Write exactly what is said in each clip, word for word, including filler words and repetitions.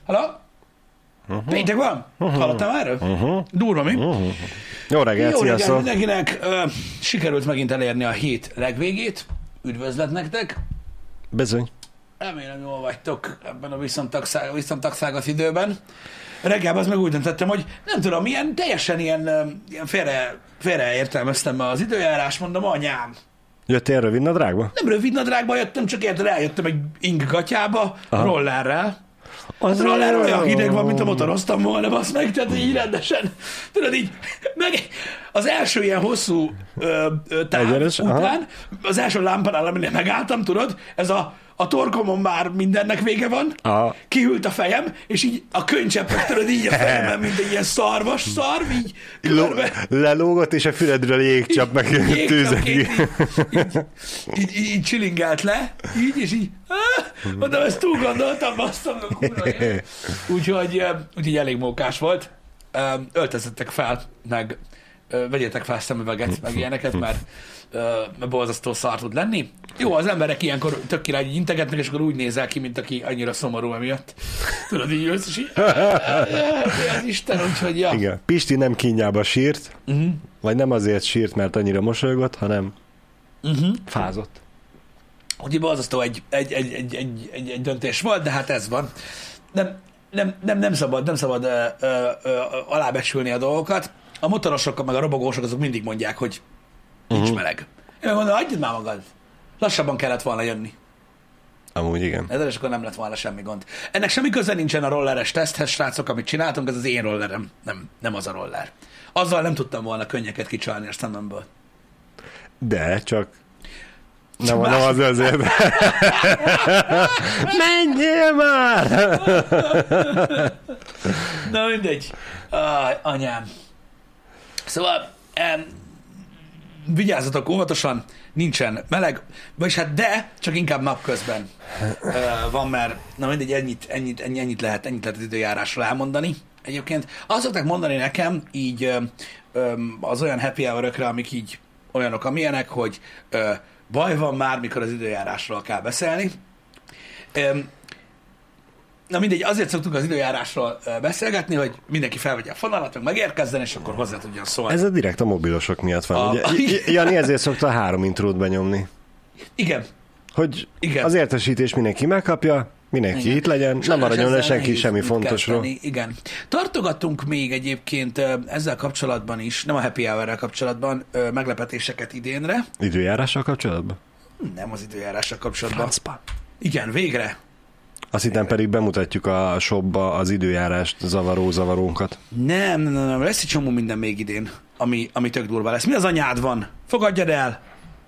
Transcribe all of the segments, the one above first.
Halló? Uh-huh. Péntek van? Uh-huh. Hallottam erről? Uh-huh. Durva, mi? Uh-huh. Jó reggelt, Jó sziasztok! reggelt mindenkinek. Uh, sikerült megint elérni a hét legvégét. Üdvözlet nektek. Bizony. Remélem jól vagytok ebben a visszamtagszágat időben. Reggelben az meg úgy döntöttem, hogy nem tudom, ilyen teljesen ilyen, ilyen félre, félre értelmeztem az időjárás, mondom, anyám. Jöttél rövid nadrágba? Nem rövid nadrágba jöttem, csak érted, eljöttem egy inggatyába, rollerrel. Az rollerrel olyan hideg van, mint a motoroztam volna, basz meg, tehát így rendesen. Tudod így, meg az első ilyen hosszú ö, ö, táv Egyenes, után, aha. az első lámpánál, aminél megálltam, tudod, ez a a torkomon már mindennek vége van, aha. Kihűlt a fejem, és így a könycseppek, tudod, így a fejemben, mint egy ilyen szarvas szarv, így körbe. Lelógott, és a füledről jégcsap meg tűzek ki. Így, így, így, így, így csilingelt le, így, és így, ah, mondom, ezt túl gondoltam, basztam, úgyhogy, úgyhogy elég mókás volt. Öltözettek fel, meg vegyétek fel szemüveget, meg ilyeneket, mert mert borzasztó szar tud lenni. Jó, az emberek ilyenkor tök király, így integetnek, és akkor úgy nézel ki, mint aki annyira szomorú emiatt. Tudod, így jössz, és így, az Isten, úgyhogy, ja. Igen. Pisti nem kínjába sírt, uh-huh. vagy nem azért sírt, mert annyira mosolygott, hanem uh-huh. fázott. Úgyhogy borzasztó egy, egy, egy, egy, egy, egy, egy döntés volt, de hát ez van. Nem, nem, nem, nem szabad, nem szabad ö, ö, ö, alábecsülni a dolgokat. A motorosok, meg a robogósok azok mindig mondják, hogy nincs uh-huh. meleg. Én mondom, adjad már magad. Lassabban kellett volna jönni. Amúgy igen. Ez és akkor nem lett volna semmi gond. Ennek semmi köze nincsen a rolleres teszthez, srácok, amit csináltunk, ez az én rollerem, nem, nem az a roller. Azzal nem tudtam volna könnyeket kicsalni a szememből. De, csak nem, nem az azért. Menjél már! Na mindegy. Uh, anyám. Szóval um, vigyázzatok óvatosan, nincsen meleg, vagyis hát de, csak inkább napközben uh, van, mert na mindegy, ennyit, ennyit, ennyit, ennyit, lehet, ennyit lehet az időjárásról elmondani. Egyébként azt szokták mondani nekem így uh, um, az olyan happy hour-ökre, amik így olyanok, amilyenek, hogy uh, baj van már, mikor az időjárásról kell beszélni. Um, Na mindegy, azért szoktunk az időjárásról beszélgetni, hogy mindenki felvegye a fonalat, meg megérkezzen, és akkor hozzá tudjon szólni. Ez a direkt a mobilosok miatt van. A... Ugye, Jani ezért szokta a három intrót benyomni. Igen. Hogy Igen. az értesítés mindenki megkapja, mindenki Igen. itt legyen, Sajnos nem maradjon le senki nehéz semmi mit fontosról. kezdeni. Igen. Tartogattunk még egyébként ezzel kapcsolatban is, nem a happy hour-rel kapcsolatban, meglepetéseket idénre. Időjárással kapcsolatban? Nem az időjárással kapcsolatban. Francba. Igen, végre. Azt hittem pedig bemutatjuk a shopba az időjárást, zavaró-zavarónkat. Nem, nem, nem, lesz egy csomó minden még idén, ami, ami tök durva lesz. Mi az anyád van? Fogadjad el!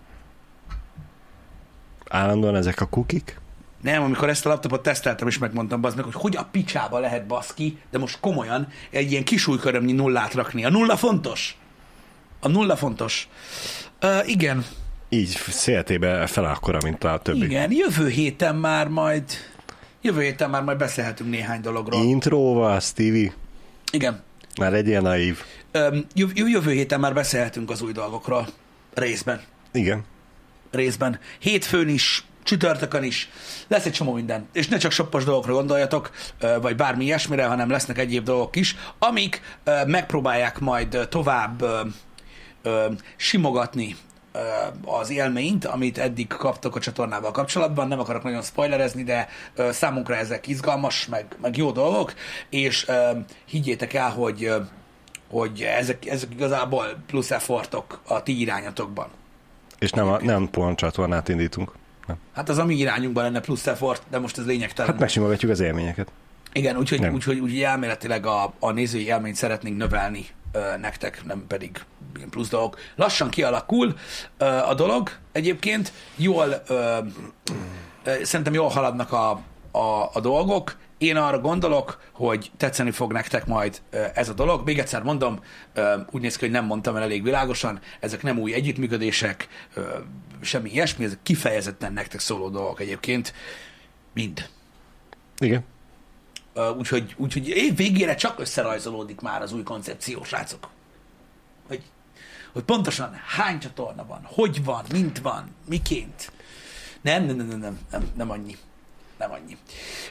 Állandóan ezek a kukik? Nem, amikor ezt a laptopot teszteltem, és megmondtam bazd meg, hogy hogy a picsába lehet baszki, de most komolyan egy ilyen kisújkörömnyi nullát rakni. A nulla fontos. A nulla fontos. Uh, igen. Így széltébe fel akkora, mint a többi. Igen, jövő héten már majd jövő héten már majd beszélhetünk néhány dologról. Intróval, Stevie? Igen. Már egy ilyen naív. Um, jövő, jövő héten már beszélhetünk az új dolgokról. Részben. Igen. Részben. Hétfőn is, csütörtökön is. Lesz egy csomó minden. És ne csak soppos dolgokra gondoljatok, vagy bármi ilyesmire, hanem lesznek egyéb dolgok is, amik megpróbálják majd tovább simogatni az élményt, amit eddig kaptok a csatornával kapcsolatban. Nem akarok nagyon spoilerezni, de számunkra ezek izgalmas, meg, meg jó dolgok, és higgyétek el, hogy, hogy ezek, ezek igazából plusz effortok a ti irányatokban. És nem, a, nem porn csatornát indítunk. Nem. Hát az a mi irányunkban lenne plusz effort, de most ez lényegtelen. Hát megsimogatjuk az élményeket. Igen, úgyhogy úgy, úgy, úgy elméletileg a, a nézői élményt szeretnénk növelni ö, nektek, nem pedig ilyen plusz dolgok. Lassan kialakul ö, a dolog egyébként, jól ö, ö, szerintem jól haladnak a, a, a dolgok. Én arra gondolok, hogy tetszeni fog nektek majd ö, ez a dolog. Még egyszer mondom, ö, úgy néz ki, hogy nem mondtam el elég világosan, ezek nem új együttműködések, ö, semmi ilyesmi, ezek kifejezetten nektek szóló dolgok egyébként. Mind. Igen. Uh, úgyhogy, úgyhogy év végére csak összerajzolódik már az új koncepció, srácok. Hogy, hogy pontosan hány csatorna van, hogy van, mint van, miként. Nem, nem, nem, nem, nem, nem, nem annyi. Nem annyi.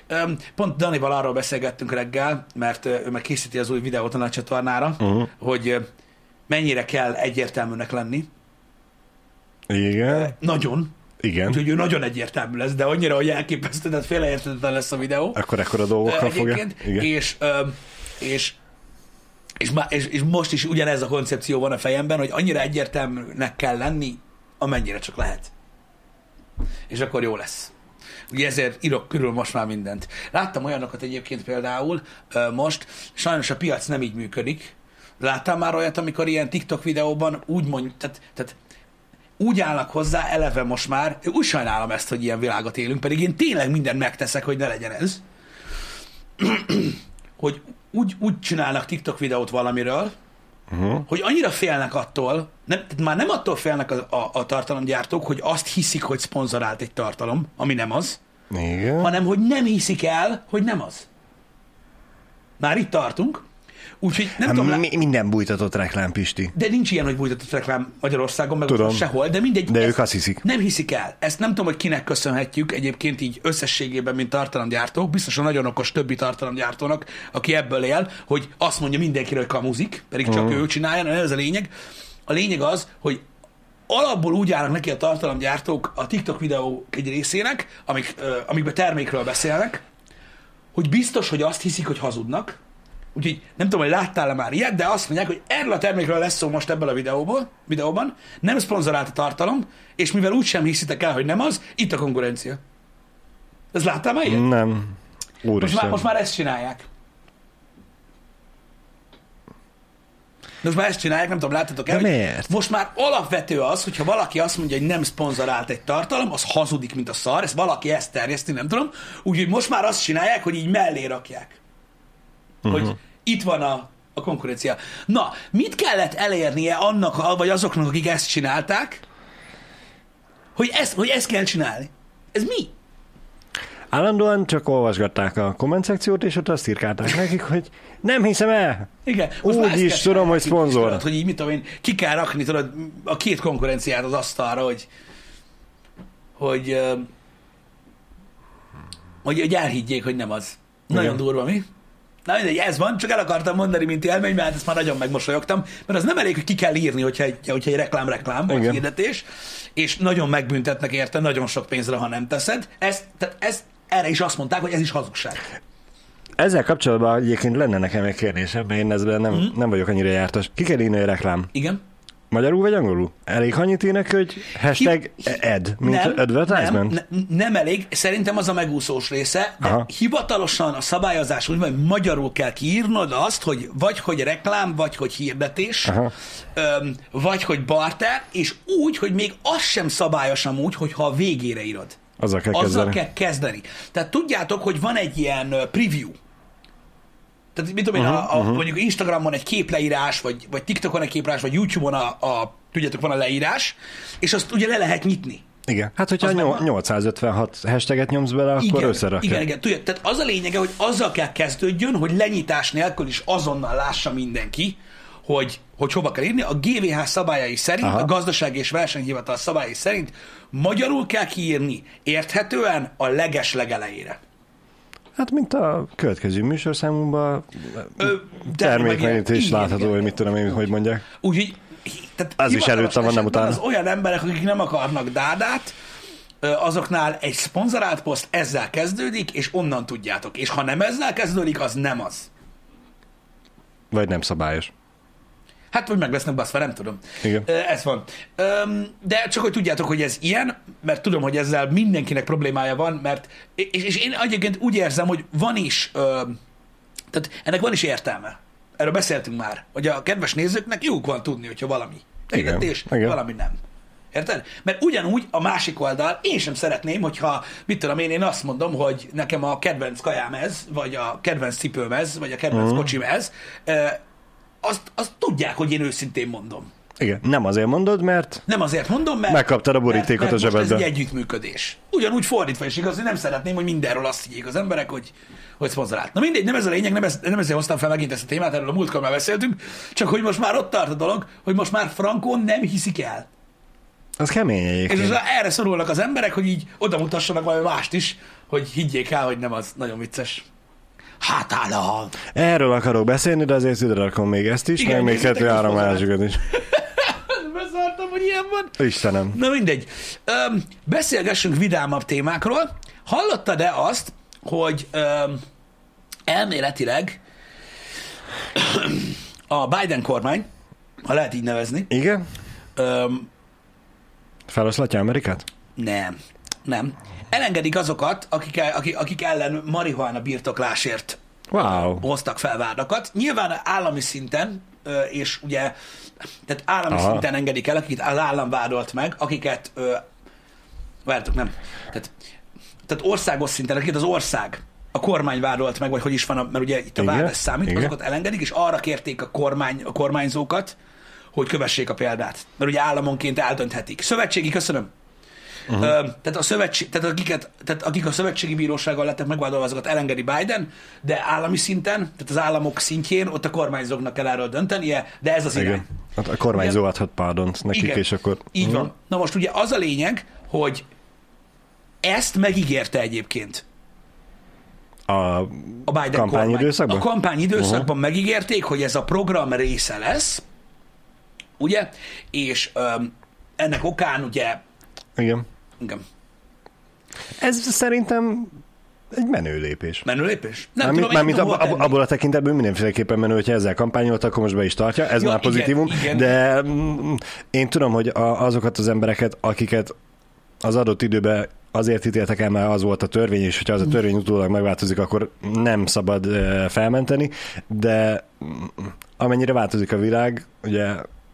Pont Danival arról beszélgettünk reggel, mert ő meg készíti az új videót a nagy csatornára, uh-huh. hogy mennyire kell egyértelműnek lenni. Igen. Nagyon. Igen. Úgyhogy ő nagyon egyértelmű lesz, de annyira, hogy elképesztő, tehát félreérthetetlen lesz a videó. Akkor ekkora dolgokkal fogja. Igen. És, és, és, és, és most is ugyanez a koncepció van a fejemben, hogy annyira egyértelműnek kell lenni, amennyire csak lehet. És akkor jó lesz. Ugye ezért írok körül most már mindent. Láttam olyanokat egyébként például most, sajnos a piac nem így működik. Láttál már olyat, amikor ilyen TikTok videóban úgy mondjuk, tehát, tehát úgy állnak hozzá eleve most már, úgy sajnálom ezt, hogy ilyen világot élünk, pedig én tényleg mindent megteszek, hogy ne legyen ez, hogy úgy, úgy csinálnak TikTok videót valamiről, uh-huh. hogy annyira félnek attól, nem, már nem attól félnek a, a, a tartalomgyártók, hogy azt hiszik, hogy szponzorált egy tartalom, ami nem az, igen. hanem hogy nem hiszik el, hogy nem az. Már itt tartunk. Úgyhogy nem hát tudom... Mi, minden bújtatott reklám, Pisti. De nincs ilyen, hogy bújtatott reklám Magyarországon, meg tudom, sehol, de mindegy. De ők azt hiszik. Nem hiszik el. Ezt nem tudom, hogy kinek köszönhetjük egyébként így összességében, mint tartalomgyártók. Biztosan nagyon okos többi tartalomgyártónak, aki ebből él, hogy azt mondja mindenkire, hogy kamuzik, pedig csak uh-huh. ő csinálja, nem ez a lényeg. A lényeg az, hogy alapból úgy állnak neki a tartalomgyártók a TikTok videók egy részének, amik, uh, amikben termékről beszélnek, hogy biztos, hogy azt hiszik, hogy hazudnak. Úgyhogy nem tudom, hogy láttál-e már ilyet, de azt mondják, hogy erről a termékről lesz szó most ebből a videóból, videóban, nem szponzorált a tartalom, és mivel úgysem hiszitek el, hogy nem az, itt a konkurencia. Ez láttál már ilyet? Nem. Most már, most már ezt csinálják. Most már ezt csinálják, nem tudom, láttatok el? Miért? Most már alapvető az, hogyha valaki azt mondja, hogy nem szponzorált egy tartalom, az hazudik, mint a szar, ezt valaki ezt terjeszti, nem tudom. Úgyhogy most már azt csinálják, hogy így mellé rakják. Uh-huh. Hogy itt van a, a konkurencia. Na, mit kellett elérnie annak, vagy azoknak, akik ezt csinálták, hogy ezt, hogy ezt kell csinálni? Ez mi? Állandóan csak olvasgatták a komment szekciót, és ott azt írkálták nekik, hogy nem hiszem el. Igen. Úgy is tudom, hogy szponzor. Tudod, hogy így mit tudom én, ki kell rakni tudod, a két konkurenciát az asztalra, hogy hogy, hogy, hogy elhiggyék, hogy nem az. Nagyon igen. Durva, mi? Na mindegy, ez van, csak el akartam mondani, mint élmény, mert ezt már nagyon megmosolyogtam, mert az nem elég, hogy ki kell írni, hogyha egy, hogyha egy reklám-reklám, vagy hirdetés, és nagyon megbüntetnek érte, nagyon sok pénzre, ha nem teszed. Ezt, tehát ezt, erre is azt mondták, hogy ez is hazugság. Ezzel kapcsolatban egyébként lenne nekem egy kérdésem, mert én ezzel nem, mm. nem vagyok annyira jártas. Ki kell írni egy reklám? Igen. Magyarul vagy angolul? Elég annyit írnek, hogy hashtag ad, mint nem, advertisement? Nem, ne, nem elég, szerintem az a megúszós része, de aha. hivatalosan a szabályozás úgy van, hogy magyarul kell kiírnod azt, hogy vagy hogy reklám, vagy hogy hirdetés, öm, vagy hogy barter, és úgy, hogy még az sem szabályos amúgy, hogyha a végére írod. Azzal kell Azzal kezdeni. kell kezdeni. Tehát tudjátok, hogy van egy ilyen preview. Tehát mit tudom én, uh-huh, a, a, uh-huh. mondjuk Instagramon egy képleírás, vagy, vagy TikTokon egy képleírás, vagy YouTube-on a, a, tudjátok, van a leírás, és azt ugye le lehet nyitni. Igen. Hát, hogyha nyol- nyolcszázötvenhat hashtaget nyomsz bele, akkor igen, összerakja. Igen, igen. Tudja, tehát az a lényege, hogy azzal kell kezdődjön, hogy lenyitás nélkül is azonnal lássa mindenki, hogy, hogy hova kell írni. A gé vé há szabályai szerint, aha. a Gazdasági és Versenyhivatal szabályai szerint magyarul kell kiírni érthetően a leges legelejére. Hát, mint a következő műsorszámunkban termékmenítés is látható, igen, hogy mit tudom én, hogy mondják. Úgyhogy tehát az is előtte van, nem utána. Az olyan emberek, akik nem akarnak dádát, azoknál egy szponzorált poszt ezzel kezdődik, és onnan tudjátok. És ha nem ezzel kezdődik, az nem az. Vagy nem szabályos. Hát, hogy meg lesznek baszva, nem tudom. Igen. Ez van. De csak, hogy tudjátok, hogy ez ilyen, mert tudom, hogy ezzel mindenkinek problémája van, mert, és, és én egyébként úgy érzem, hogy van is, tehát ennek van is értelme. Erről beszéltünk már, hogy a kedves nézőknek jók van tudni, hogyha valami hirdetés, valami nem. Érted? Mert ugyanúgy a másik oldal, én sem szeretném, hogyha, mit tudom én, én azt mondom, hogy nekem a kedvenc kajám ez, vagy a kedvenc cipőm ez, vagy a kedvenc uh-huh. kocsim ez, azt, azt tudják, hogy én őszintén mondom. Igen, nem azért mondod, mert... Nem azért mondom, mert... Megkaptad a borítékot mert, mert a zsebedbe. Ez egy együttműködés. Ugyanúgy fordítva is igaz, hogy nem szeretném, hogy mindenről azt higgyék az emberek, hogy, hogy szponzorált. Na mindegy, nem ez a lényeg, nem, ez, nem ezért hoztam fel megint ezt a témát, erről a múltkor már beszéltünk, csak hogy most már ott tart a dolog, hogy most már frankon nem hiszik el. Az kemény egyébként. És az, erre szorulnak az emberek, hogy így oda mutassanak valami mást is, hogy higgyék el, hogy nem az. Nagyon vicces. Hát állam. Erről akarok beszélni, de azért ide rakom még ezt is, Igen, meg még kettő-három másikat is. Beszartam, hogy ilyen van. Istenem. Na mindegy. Öm, beszélgessünk vidámabb témákról. Hallottad-e azt, hogy öm, elméletileg a Biden kormány, ha lehet így nevezni, Igen? öm, Feloszlatja Amerikát? nem, nem, elengedik azokat, akik, akik, akik ellen marihuána birtoklásért Wow. hoztak fel vádakat. Nyilván állami szinten, ö, és ugye, tehát állami Aha. szinten engedik el, akiket az állam vádolt meg, akiket, ö, várjátok, nem, tehát, tehát országos szinten, akiket az ország, a kormány vádolt meg, vagy hogy is van, a, mert ugye itt a Igen, vád ez számít, igen. azokat elengedik, és arra kérték a, kormány, a kormányzókat, hogy kövessék a példát. Mert ugye államonként eldönthetik. Szövetségi, köszönöm. Uh-huh. Ö, tehát, a szövetség, tehát, akiket, tehát akik a szövetségi bírósággal lettek megvádolva, azokat elengedi Biden, de állami szinten, tehát az államok szintjén ott a kormányzóknak kell erről döntenie, de ez az irány. Igen. Hát a kormányzó adhat pardont nekik, Igen. és akkor... Így Mhm. van. Na most ugye az a lényeg, hogy ezt megígérte egyébként A, a Biden kampányidőszakban? kormány. A kampányidőszakban uh-huh. megígérték, hogy ez a program része lesz, ugye? És öm, ennek okán ugye... Igen. Igen. Ez szerintem egy menő lépés. Menő lépés? Nem Mármint, tudom, mármint tudom, ab, hova ab, tenni. abból a tekintetből mindenféleképpen menő, hogyha ezzel kampányolt, akkor most be is tartja. Ez Jó, már pozitívum. igen, igen. De mm, én tudom, hogy a, azokat az embereket, akiket az adott időben azért ítéltek el, mert az volt a törvény, és hogyha az a törvény utólag megváltozik, akkor nem szabad eh, felmenteni, de mm, amennyire változik a világ, ugye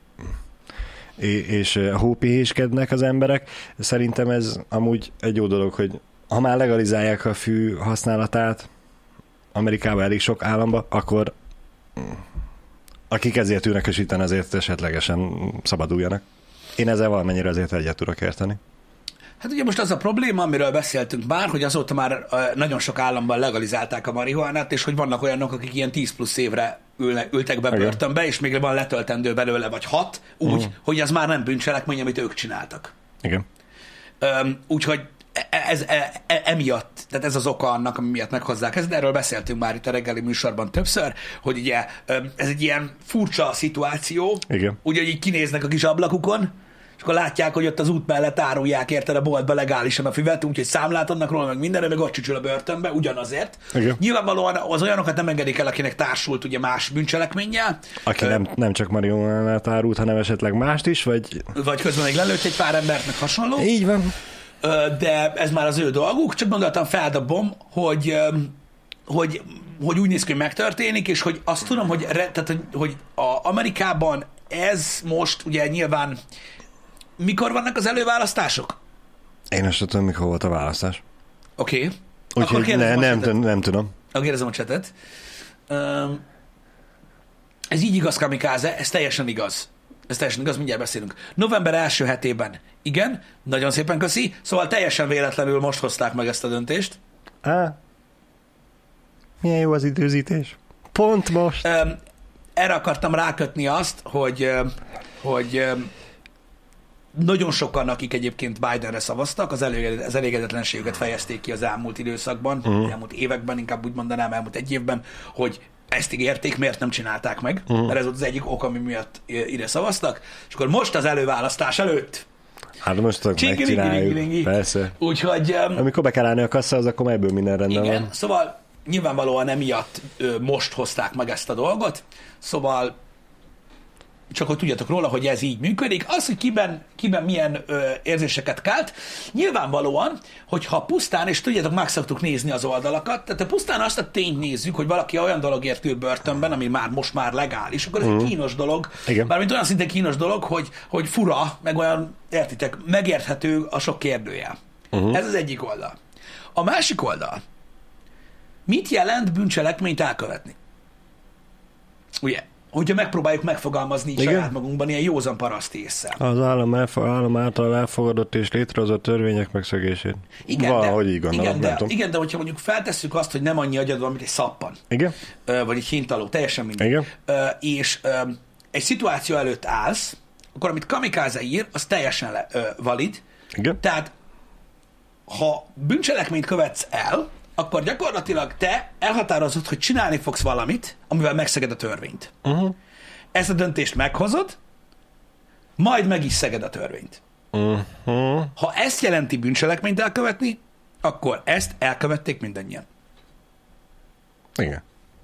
é- és eh, hópihéskednek az emberek, szerintem ez amúgy egy jó dolog, hogy ha már legalizálják a fű használatát Amerikában, elég sok államba, akkor mm, akik ezért ülnek esíteni, azért esetlegesen szabaduljanak. Én ezzel valamennyire azért egyet tudok érteni. Hát ugye most az a probléma, amiről beszéltünk már, hogy azóta már ö, nagyon sok államban legalizálták a marihuánát, és hogy vannak olyanok, akik ilyen tíz plusz évre ülne, ültek be Igen. börtönbe, és még van letöltendő belőle, vagy hat, úgy, Mhm. hogy az már nem bűncselekmény, amit ők csináltak. Igen. Öm, úgyhogy e- ez e- e- emiatt, tehát ez az oka annak, ami miatt meghozzák ezt, de erről beszéltünk már itt a reggeli műsorban többször, hogy ugye öm, ez egy ilyen furcsa szituáció, Igen. úgy, hogy így kinéznek a kis ablakukon, és akkor látják, hogy ott az út mellett árulják érted a boltba legálisan a füvet, úgyhogy számlát adnak róla, meg mindenre, meg ott csücsül a börtönbe, ugyanazért. Igen. Nyilvánvalóan az olyanokat nem engedik el, akinek társult ugye más bűncselekménnyel, Aki Ö, nem, nem csak marihuánát árult, hanem esetleg mást is, vagy... vagy közben még lelőtt egy pár embert, meg hasonló. Így van. Ö, de ez már az ő dolguk, csak gondoltam feldobom, hogy, ö, hogy, hogy úgy néz ki, hogy megtörténik, és hogy azt tudom, hogy, re, tehát, hogy, hogy a Amerikában ez most ugye nyilván mikor vannak az előválasztások? Én azt tudom, mikor volt a választás. Oké. Okay. Úgyhogy ne, nem, nem, nem tudom. Akkor kérdezem a csetet. Um, ez így igaz, Kamikáze, ez teljesen igaz. Ez teljesen igaz, mindjárt beszélünk. November első hetében. Igen, nagyon szépen köszi. Szóval teljesen véletlenül most hozták meg ezt a döntést. Á, milyen jó az időzítés. Pont most. Um, erre akartam rákötni azt, hogy, um, hogy um, nagyon sokan, akik egyébként Bidenre szavaztak, az, elég, az elégedetlenségüket fejezték ki az elmúlt időszakban, uh-huh. elmúlt években, inkább úgy mondanám, elmúlt egy évben, hogy ezt ígérték, miért nem csinálták meg, uh-huh. mert ez volt az egyik ok, ami miatt ide szavaztak, és akkor most az előválasztás előtt. Hát most tudok megcsináljuk. Persze. Úgyhogy... Um, Amikor be kell állni a kasszához, akkor ebből minden rendben igen, van. szóval nyilvánvalóan emiatt ö, most hozták meg ezt a dolgot, szóval csak hogy tudjatok róla, hogy ez így működik. Az, hogy kiben, kiben milyen ö, érzéseket kelt, nyilvánvalóan, hogyha pusztán, és tudjátok, meg szoktuk nézni az oldalakat, tehát ha pusztán azt a tényt nézzük, hogy valaki olyan dologért ül börtönben, ami már most már legális, akkor ez uh-huh. egy kínos dolog. Igen. Bármint olyan szintén kínos dolog, hogy, hogy fura, meg olyan, értitek, megérthető a sok kérdőjel. Uh-huh. Ez az egyik oldal. A másik oldal, mit jelent bűncselekményt elkövetni? Ugye? Hogyha megpróbáljuk megfogalmazni így saját magunkban ilyen józan paraszti ésszel. Az állam, elfog, állam által elfogadott és létrehozott törvények megszegését. Igen, Valahogy de, így gondolom, igen, nem de, tudom. igen, de hogyha mondjuk feltesszük azt, hogy nem annyi agyad van, mint egy szappan, Igen? vagy egy hintaló, teljesen mindegy. Igen. És egy szituáció előtt állsz, akkor amit Kamikaze ír, az teljesen le, ö, valid. Igen. Tehát, ha bűncselekményt követsz el, akkor gyakorlatilag te elhatározod, hogy csinálni fogsz valamit, amivel megszeged a törvényt. Uh-huh. Ezt a döntést meghozod, majd meg is szeged a törvényt. Uh-huh. Ha ezt jelenti bűncselekményt elkövetni, akkor ezt elkövették mindannyian. Igen.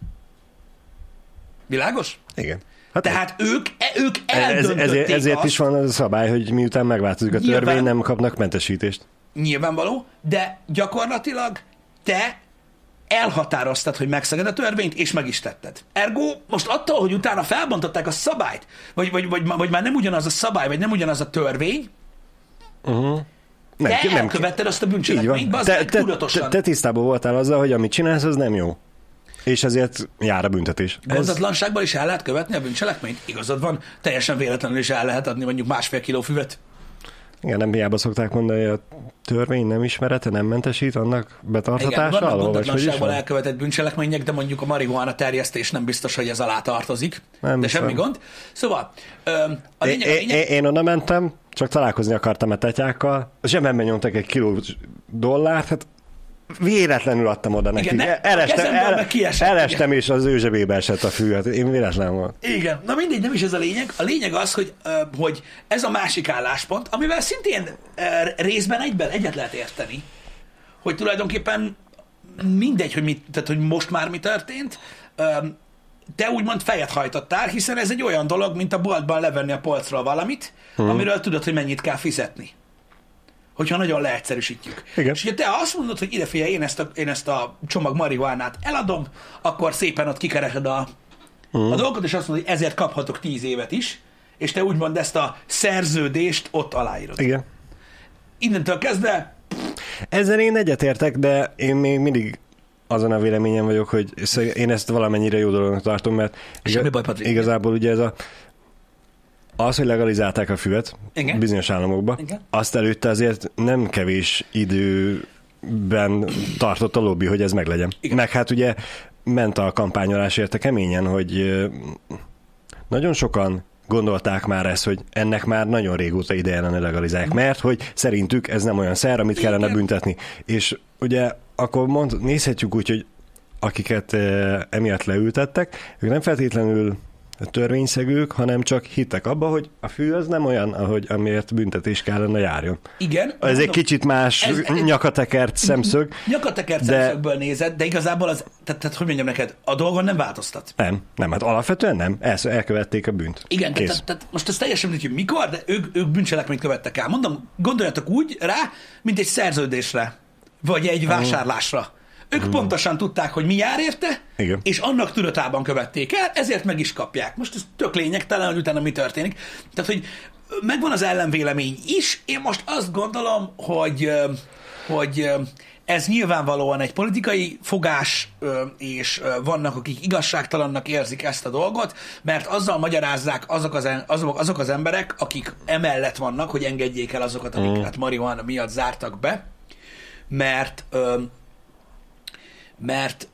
Világos? Igen. Hát Tehát ők, ők ez, eldöntötték ezért, ezért azt, is van az a szabály, hogy miután megváltozik a Nyilván. törvény, nem kapnak mentesítést. nyilvánvaló, de gyakorlatilag te elhatároztad, hogy megszeged a törvényt, és meg is tetted. Ergo most attól, hogy utána felbontották a szabályt, vagy, vagy, vagy, vagy már nem ugyanaz a szabály, vagy nem ugyanaz a törvény, Uh-huh. te Nem, nem, elkövetted azt a így bűncselekményt, van. az Te, meg te, tudatosan. te, te tisztában voltál azzal, hogy amit csinálsz, az nem jó. És ezért jár a büntetés. Ez, Gondatlanságban is el lehet követni a bűncselekményt? Igazad van, teljesen véletlenül is el lehet adni mondjuk másfél kiló füvet. igen, nem hiába szokták mondani, hogy a törvény nem ismerete, nem mentesít annak Igen, betartatása vannak alól, vagy hogy is gondatlanságban van? elkövetett bűncselekmények, de mondjuk a marihuána terjesztés nem biztos, hogy ez alá tartozik. Nem de hiszem. semmi gond. Szóval, ö, a Én, lényeg, a én, lényeg, én oda mentem, csak találkozni akartam a tetyákkal, a zsebemben nyomtak egy kiló dollárt, hát véletlenül adtam oda neki. ne- a elestem, kezemből meg kiesett, elestem és az ő zsebébe esett a fű, hát én véletlen volt. Igen, na mindegy, nem is ez a lényeg. A lényeg az, hogy, ö, hogy ez a másik álláspont, amivel szintén ö, részben egyben egyet lehet érteni, hogy tulajdonképpen mindegy, hogy, mit, tehát, hogy most már mi történt, ö, te úgymond fejet hajtottál, hiszen ez egy olyan dolog, mint a boltban levenni a polcról valamit, hmm. amiről tudod, hogy mennyit kell fizetni. Hogyha nagyon leegyszerűsítjük. Igen. És ugye te azt mondod, hogy ide figyelj, én ezt a, én ezt a csomag marihuánát eladom, akkor szépen ott kikeresed a, hmm. a dolgot, és azt mondod, hogy ezért kaphatok tíz évet is, és te úgymond ezt a szerződést ott aláírod. Igen. Innentől kezdve, Ezzel én egyetértek, de én még mindig azon a véleményem vagyok, hogy én ezt valamennyire jó dolognak tartom, mert Semmi baj, Patrik. igazából ugye ez a az, hogy legalizálták a füvet Igen. bizonyos államokba, Igen. azt előtte azért nem kevés időben tartott a lobby, hogy ez meglegyen. Igen. Meg hát ugye ment a kampányolás érte keményen, hogy ö, nagyon sokan gondolták már ezt, hogy ennek már nagyon régóta ideje lenne legalizálják, mert hogy szerintük ez nem olyan szer, amit kellene Igen. büntetni. És ugye akkor mond, nézhetjük úgy, hogy akiket e, emiatt leültettek, ők nem feltétlenül törvényszegők, hanem csak hittek abba, hogy a fű az nem olyan, ahogy amiért büntetés kellene járjon. igen. Ez egy mondom, kicsit más ez- ez- nyakatekert szemszög. Nyakatekert de- szemszögből nézed, de igazából az, tehát, tehát hogy mondjam neked, a dolgon nem változtat. Nem, nem, hát alapvetően nem. Ezt elkövették a bűnt. Igen, Kész. tehát, tehát most ez teljesen mindegy, hogy mikor, de ők, ők bűncselekményt követtek el. Mondom, gondoljatok úgy rá, mint egy szerződésre, vagy egy vásárlásra. Ők pontosan tudták, hogy mi jár érte, Igen. és annak tudatában követték el, ezért meg is kapják. Most ez tök lényegtelen, hogy utána mi történik. Tehát, hogy megvan az ellenvélemény is. Én most azt gondolom, hogy, ö, hogy ö, ez nyilvánvalóan egy politikai fogás, ö, és ö, vannak, akik igazságtalannak érzik ezt a dolgot, mert azzal magyarázzák azok az, en- azok, azok az emberek, akik emellett vannak, hogy engedjék el azokat, amiket marihuána miatt zártak be, mert ö, mert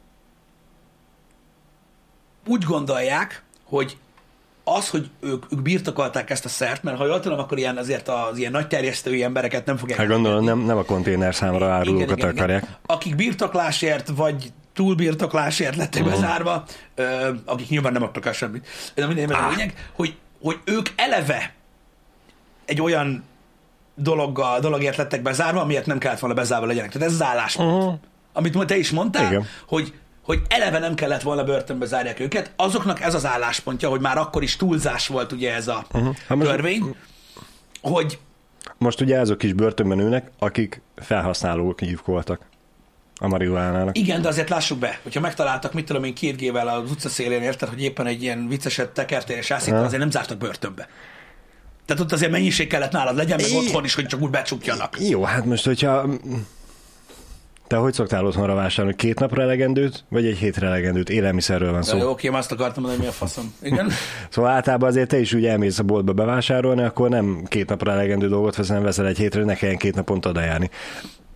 úgy gondolják, hogy az, hogy ők, ők birtokolták ezt a szert, mert ha jól tudom, akkor ilyen, azért az ilyen nagy terjesztői embereket nem fogják Hát gondolom, engedni. nem, nem a konténer számra árulókat Igen, igen, akarják. igen. Akik birtoklásért, vagy túlbirtoklásért lettek Mhm. bezárva, ö, akik nyilván nem adtak el semmit. De minden ah. a lényeg, hogy, hogy ők eleve egy olyan dologgal, dologért lettek bezárva, amiért nem kellett volna bezárva legyenek. Tehát ez az álláspont. Uh-huh. Amit te is mondtál, Igen. hogy, hogy eleve nem kellett volna börtönbe zárják őket, azoknak ez az álláspontja, hogy már akkor is túlzás volt ugye ez a Uh-huh. Hát most- törvény, hogy Most ugye azok is börtönben ülnek, akik felhasználók voltak a marihuánának. igen, de azért lássuk be, hogyha megtaláltak, mit tudom én, két gével az utca szélén, érted, hogy éppen egy ilyen vicceset tekertél és ászított, Ha. azért nem zártak börtönbe. Tehát ott azért mennyiség kellett nálad legyen, meg I- otthon is, hogy csak úgy becsukjanak. Jó, hát most, hogyha... Te hogy szoktál otthonra vásárolni? Két napra elegendőt, vagy egy hétre elegendőt? Élelmiszerről van szó. Jó, oké, azt akartam mondani, hogy mi a faszom. Igen. Szóval általában azért te is úgy elmész a boltba bevásárolni, akkor nem két napra elegendő dolgot veszel, hanem veszel egy hétre, ne kelljen két naponta oda járni.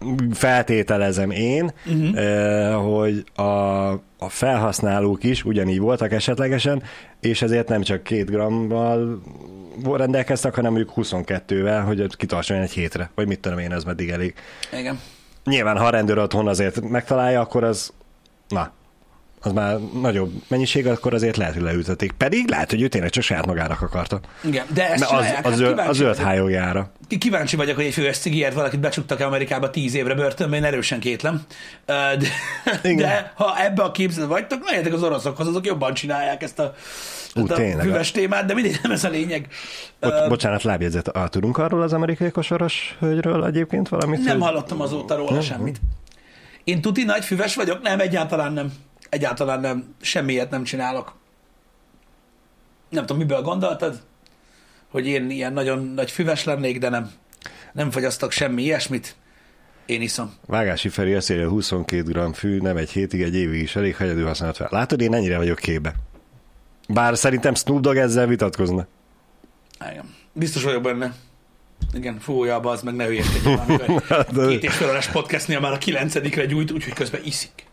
feltételezem én, uh-huh. hogy a, a felhasználók is ugyanígy voltak esetlegesen, és ezért nem csak két grammal rendelkeztek, hanem mondjuk huszonkettővel, hogy kitartson egy hétre, vagy mit tudom én, ez meddig elég. Igen. Nyilván, ha a rendőr otthon azért megtalálja, akkor az, na, az már nagyobb mennyiség, akkor azért lehet, hogy leültetik. Pedig lehet, hogy ő tényleg csak saját magának akarta. Igen, de ezt az, hát az, zöld, az zöld hájójára. Kíváncsi vagyok, hogy egy füves cigiért valakit becsuktak Amerikába tíz évre börtönbe, én erősen kétlem. De, de ha ebbe a képzet vagytok, menjetek az oroszokhoz, azok jobban csinálják ezt a, Ú, ezt a füves témát, de mindig nem ez a lényeg. Bo- uh, bocsánat, lábjegyzet. Ah, tudunk arról az amerikai kosaras hölgyről egyébként valamit? Nem hogy... hallottam azóta róla uh-huh. semmit. Én tuti nagy füves vagyok? Nem, egyáltalán nem. Egyáltalán nem. Semmiért nem csinálok. Nem tudom, miből gondoltad? Hogy én ilyen nagyon nagy füves lennék, de nem. Nem fogyasztok semmi ilyesmit. Én iszom. Vágási Feri azt írja, huszonkét gramm fű, nem egy hétig, egy évig is elég, ha egyedül használat fel. Látod, én ennyire vagyok képbe. Bár szerintem Snoop Dogg ezzel vitatkozna. Igen. Biztos vagyok benne. Igen, fújja, az meg ne hülyeskedjük már. Két és fél órás podcastnél már a kilencedikre gyújt, úgyhogy közben iszik.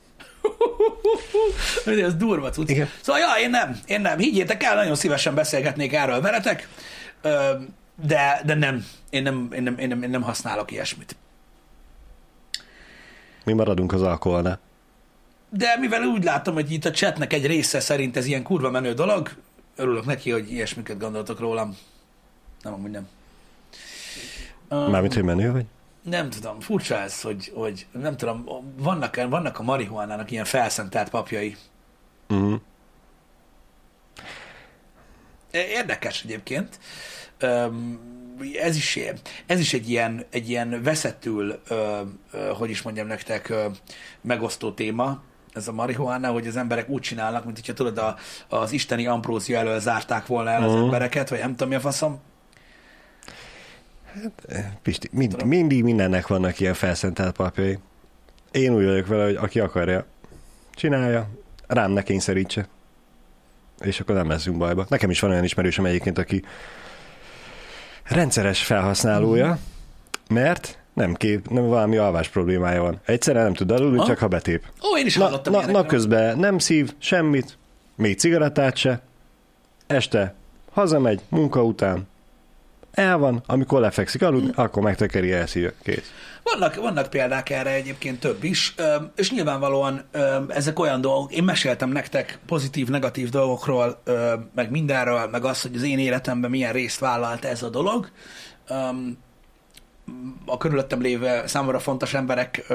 Ez durva cucc. Igen. Szóval, ja, én nem, én nem. Higgyétek el, nagyon szívesen beszélgetnék erről veletek, de, de nem. Én nem, én nem, én nem, én nem használok ilyesmit. Mi maradunk az alkoholnál. De mivel úgy látom, hogy itt a chatnek egy része szerint ez ilyen kurva menő dolog, örülök neki, hogy ilyesmiket gondoltok rólam. Nem, amúgy nem. Mármint, hogy menő vagy? Nem tudom, furcsa ez, hogy, hogy nem tudom, vannak, vannak a marihuánának ilyen felszentelt papjai. Uh-huh. Érdekes egyébként. Ez is, ez is egy ilyen, egy ilyen veszettül, hogy is mondjam nektek, megosztó téma, ez a marihuána, hogy az emberek úgy csinálnak, mint hogyha tudod, a, az isteni ambrózia elől zárták volna el az uh-huh. embereket, vagy nem tudom mi a faszom. Hát, Pisti, mind, mindig mindennek vannak ilyen felszentelt papjai. Én úgy vagyok vele, hogy aki akarja, csinálja, rám ne kényszerítse. És akkor nem leszünk bajba. Nekem is van olyan ismerősöm egyébként, aki rendszeres felhasználója, mert nem kép, nem valami alvás problémája van. Egyszerűen nem tud aludni, csak ha betép. Ó, én is hallottam na, na, napközben nem szív semmit, még cigarettát se, este hazamegy, munka után, el van, amikor lefekszik aludni, hmm. akkor megtekeri, elszívja, kész. Vannak, vannak példák erre egyébként több is, és nyilvánvalóan ezek olyan dolgok, én meséltem nektek pozitív, negatív dolgokról, meg mindenről, meg azt, hogy az én életemben milyen részt vállalt ez a dolog. A körülöttem lévő számomra fontos emberek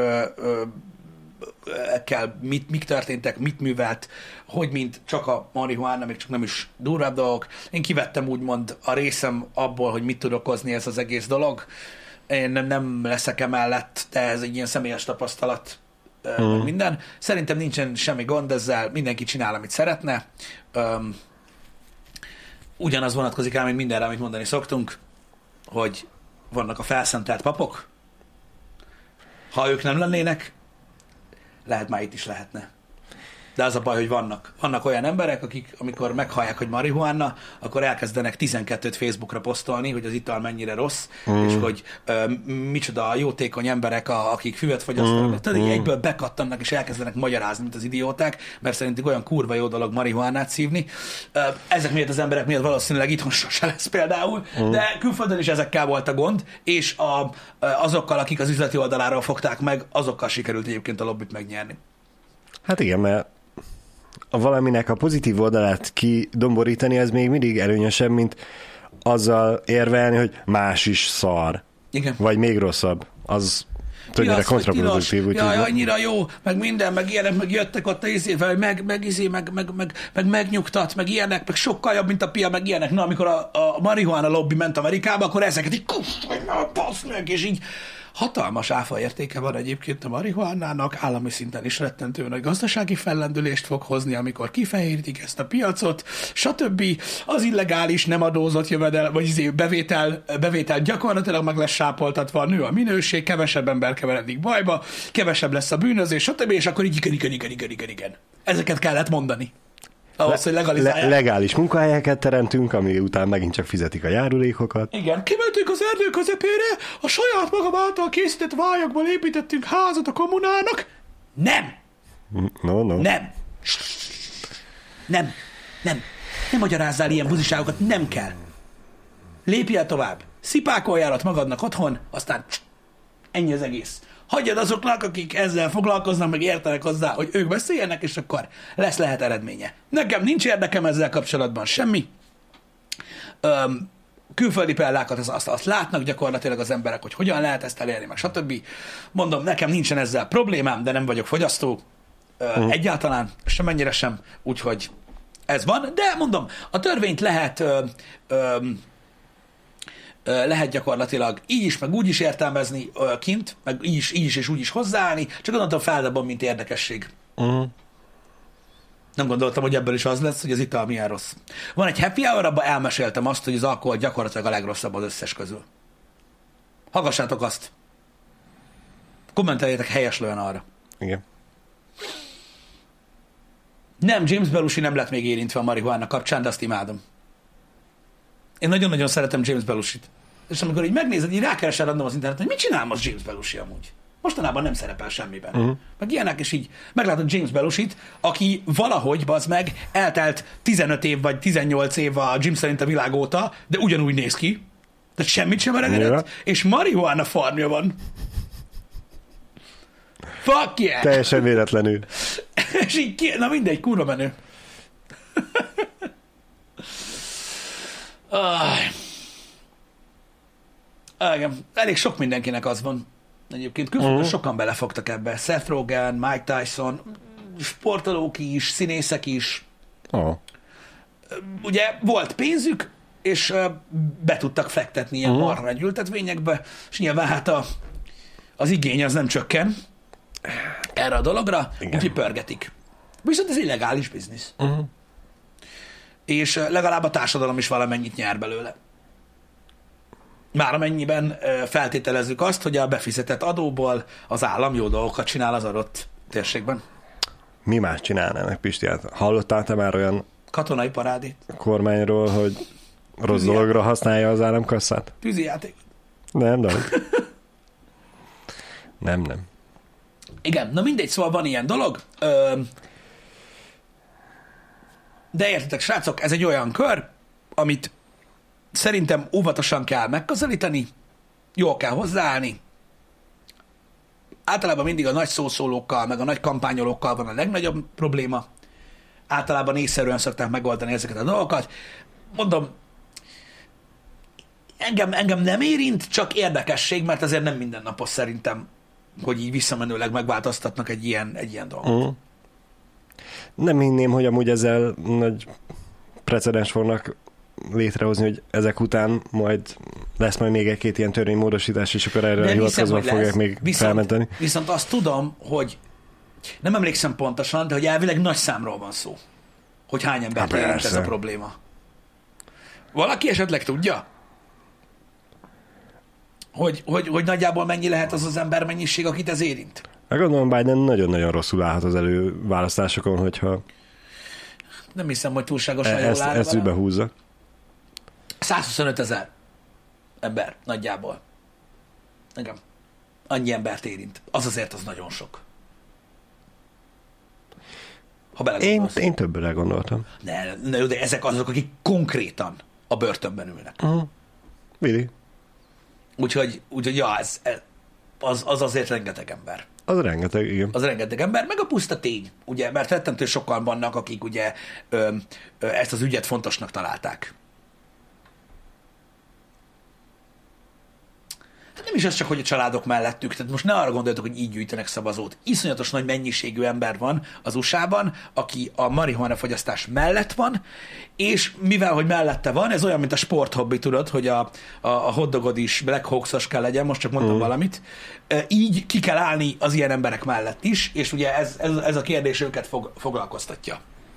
kell, mit, mik történtek, mit művelt, hogy mint csak a marihuána, még csak nem is durvább dolgok. Én kivettem úgymond a részem abból, hogy mit tud okozni ez az egész dolog. Én nem, nem leszek emellett, de ez egy ilyen személyes tapasztalat, hmm. minden. Szerintem nincsen semmi gond ezzel, mindenki csinál, amit szeretne. Um, ugyanaz vonatkozik rá, mint mindenre, amit mondani szoktunk, hogy vannak a felszentelt papok. Ha ők nem lennének, lehet már itt is lehetne. De az a baj, hogy vannak. Vannak olyan emberek, akik amikor meghallják, hogy marihuána, akkor elkezdenek tizenkettőt Facebookra posztolni, hogy az ital mennyire rossz, mm. és hogy ö, micsoda jótékony emberek, a, akik füvet fogyasztanak. Mm. Tehát mm. egyből bekattannak, és elkezdenek magyarázni, mint az idióták, mert szerintük olyan kurva jó dolog marihuánát szívni. Ezek miatt az emberek miatt valószínűleg itthon sose lesz például, mm. de külföldön is ezekkel volt a gond, és a, azokkal, akik az üzleti oldaláról fogták meg, azokkal sikerült egyébként a lobbit megnyerni. Hát igen, mert a valaminek a pozitív oldalát kidomborítani, ez még mindig előnyösebb, mint azzal érvelni, hogy más is szar. Igen. Vagy még rosszabb. Az többnyire kontraproduktív. Jaj, jaj, annyira jó, meg minden, meg ilyenek, meg jöttek ott a izével, meg, meg, izé, meg, meg, meg, meg megnyugtat, meg ilyenek, meg sokkal jobb, mint a pia, meg ilyenek. Na, amikor a, a marihuána lobby ment Amerikába, akkor ezeket így kusz, passz meg, és így hatalmas áfa értéke van egyébként a marihuánának, állami szinten is rettentő nagy gazdasági fellendülést fog hozni, amikor kifehérítik ezt a piacot, stb. Az illegális, nem adózott jövedel, vagy bevétel, bevétel gyakorlatilag meg lesz sápoltatva, nő a minőség, kevesebb ember keveredik bajba, kevesebb lesz a bűnözés, stb. És akkor így igen, igen, igen, igen, igen, igen. Ezeket kellett mondani. Ahhoz, hogy legalizálják. Le- legális munkahelyeket teremtünk, ami után megint csak fizetik a járulékokat. Igen, kimentünk az erdő közepére, a saját magam által készített vályakból építettünk házat a kommunának. Nem! No, no. Nem! Nem! Nem! Nem magyarázzál ilyen buziságokat, nem kell. Lépjél tovább. Szipákoljárat magadnak otthon, aztán ennyi az egész. Hagyjad azoknak, akik ezzel foglalkoznak, meg értenek hozzá, hogy ők beszéljenek, és akkor lesz lehet eredménye. Nekem nincs érdekem ezzel kapcsolatban semmi. Öm, külföldi példákat az, azt, azt látnak gyakorlatilag az emberek, hogy hogyan lehet ezt elérni, meg stb. Mondom, nekem nincsen ezzel problémám, de nem vagyok fogyasztó. Ö, uh-huh. Egyáltalán, semennyire sem, úgyhogy ez van. De mondom, a törvényt lehet... Ö, ö, lehet gyakorlatilag így is, meg úgy is értelmezni ö, kint, meg így is, így is és úgy is hozzáállni, csak gondoltam feldobom, mint érdekesség. Uh-huh. Nem gondoltam, hogy ebből is az lesz, hogy az ital milyen rossz. Van egy happy hour, abban elmeséltem azt, hogy az alkohol gyakorlatilag a legrosszabb az összes közül. Hallgassátok azt. Kommenteljétek helyeslően arra. Igen. Nem, James Belushi nem lett még érintve a marihuána kapcsán, de azt imádom. Én nagyon-nagyon szeretem James Belushit. És amikor így megnézed, így rákeresel random az interneten, hogy mit csinál most James Belushi amúgy? Mostanában nem szerepel semmiben. Uh-huh. Meg ilyenek, és így meglátod James Belushit, aki valahogy, bazd meg, eltelt tizenöt év vagy tizennyolc év a Jim szerint a világ óta, de ugyanúgy néz ki. Tehát semmit sem öregedett, ja. És marihuána farmja van. Fuck yeah! Teljesen véletlenül. És így ki... Na mindegy, kurva menő. Ah. Igen, elég sok mindenkinek az van. Egyébként külföldön uh-huh. sokan belefogtak ebbe. Seth Rogen, Mike Tyson, sportolók is, színészek is. Oh. Ugye volt pénzük, és be tudtak fektetni ilyen uh-huh. marha nagy ültetvényekbe, és nyilván hát a, az igény az nem csökken erre a dologra, úgyhogy pörgetik. Viszont ez illegális biznisz. Uh-huh. És legalább a társadalom is valamennyit nyer belőle. Már amennyiben feltételezzük azt, hogy a befizetett adóból az állam jó dolgokat csinál az adott térségben. Mi más csinálnának, Pisti? Hallottál te már olyan katonai parádét kormányról, hogy rossz Tűzi dologra játék. Használja az államkasszát? Tűzijáték. Nem, nem. nem, nem. Igen, na mindegy, szóval van ilyen dolog. Ö, de értetek, srácok, ez egy olyan kör, amit szerintem óvatosan kell megközelíteni, jól kell hozzáállni. Általában mindig a nagy szószólókkal, meg a nagy kampányolókkal van a legnagyobb probléma. Általában észszerűen szokták megoldani ezeket a dolgokat. Mondom, engem, engem nem érint, csak érdekesség, mert azért nem mindennapos szerintem, hogy így visszamenőleg megváltoztatnak egy ilyen, egy ilyen dolgot. Uh-huh. Nem hinném, hogy amúgy ezzel nagy precedens fognak létrehozni, hogy ezek után majd lesz majd még egy-két ilyen törvénymódosítás, és akkor erre hivatkozva fogják még viszont, felmenteni. Viszont azt tudom, hogy nem emlékszem pontosan, de hogy elvileg nagy számról van szó, hogy hány embert érint ez a probléma. Valaki esetleg tudja? Hogy, hogy, hogy nagyjából mennyi lehet az az ember mennyiség, akit ez érint? Hát gondolom, Biden nagyon-nagyon rosszul állhat az előválasztásokon, hogyha nem hiszem, hogy túlságosan e- jól áll. Ezt übe húzza. százhuszonöt ezer ember nagyjából. Igen. Annyi embert érint. Az azért az nagyon sok. Ha én, én többre gondoltam. Ne, ne, de ezek azok, akik konkrétan a börtönben ülnek. Uh-huh. Vili. Úgyhogy, úgyhogy ja, ez, az, az azért rengeteg ember. Az rengeteg, igen. Az rengeteg ember, meg a puszta tény, ugye, mert rettentő sokan vannak, akik ugye ö, ö, ezt az ügyet fontosnak találták. Hát nem is az csak, hogy a családok mellettük, tehát most ne arra gondoljatok, hogy így gyűjtenek szavazót. Iszonyatos nagy mennyiségű ember van az u es á-ban, aki a marihuana fogyasztás mellett van, és mivel, hogy mellette van, ez olyan, mint a sporthobbi, tudod, hogy a, a, a hotdogod is Black Hawks-os kell legyen, most csak mondtam mm. valamit. Így ki kell állni az ilyen emberek mellett is, és ugye ez, ez, ez a kérdés őket fog, foglalkoztatja.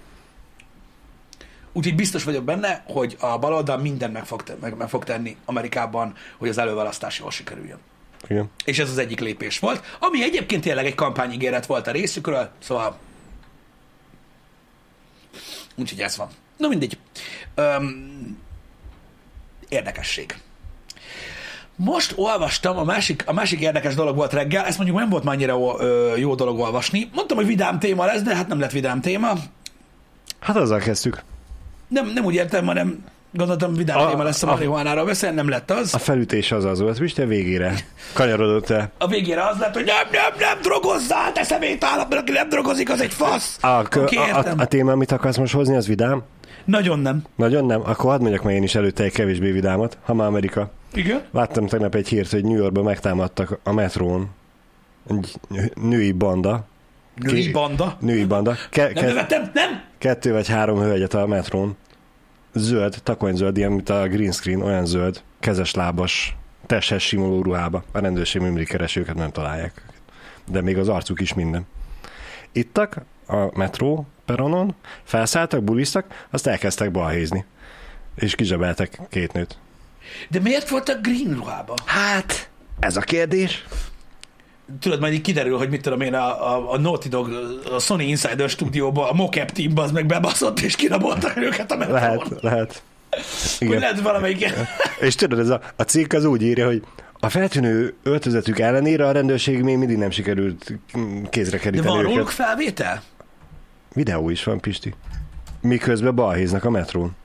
Úgyhogy biztos vagyok benne, hogy a baloldal mindent meg fog, meg, meg fog tenni Amerikában, hogy az előválasztás jól sikerüljön. Igen. És ez az egyik lépés volt, ami egyébként tényleg egy kampányígéret volt a részükről, szóval Úgyhogy ez van. Na mindegy. Öm, érdekesség. Most olvastam, a másik, a másik érdekes dolog volt reggel, ezt mondjuk nem volt már annyira ö, jó dolog olvasni. Mondtam, hogy vidám téma lesz, de hát nem lett vidám téma. Hát azzal kezdtük. Nem, nem úgy értem, hanem gondoltam, vidám a, téma lesz a, a marihuánáról beszélni, nem lett az. A felütés az az volt, Pisti, a végére kanyarodott el. A végére az lett, hogy nem, nem, nem drogozzál, te személytállap, mert aki nem drogozik, az egy fasz. A, okay, a, a, a téma, amit akarsz most hozni, az vidám? Nagyon nem. Nagyon nem? Akkor hadd mondjak meg én is előtte egy kevésbé vidámat, ha már Amerika. Igen? Láttam tegnap egy hírt, hogy New Yorkban megtámadtak a metrón egy női banda. Női Ki... banda? Női banda. Ke- nem nevettem, nem? Kettő vagy három hölgyet a metrón. Zöld, takonyzöld, ilyen, mint a green screen, olyan zöld, kezes-lábas, testhez simuló ruhába. A rendőrség mindig keresi őket, nem találják. De még az arcuk is minden. Ittak a metró peronon, felszálltak, buliztak, azt elkezdtek balhézni. És kizsebeltek két nőt. De miért volt a green ruhába? Hát, ez a kérdés. Tudod, majd így kiderül, hogy mit tudom én, a, a, a Naughty Dog, a Sony Insider stúdióba, a mocap teamba az meg bebaszott, és kiraboltak őket a metrón. Lehet, lehet. Igen. Hogy lehet valamelyik. És tudod, ez a, a cikk az úgy írja, hogy a feltűnő öltözetük ellenére a rendőrség még mindig nem sikerült kézre keríteni őket. De van róluk felvétel? Videó is van, Pisti. Miközben balhéznak a metrón.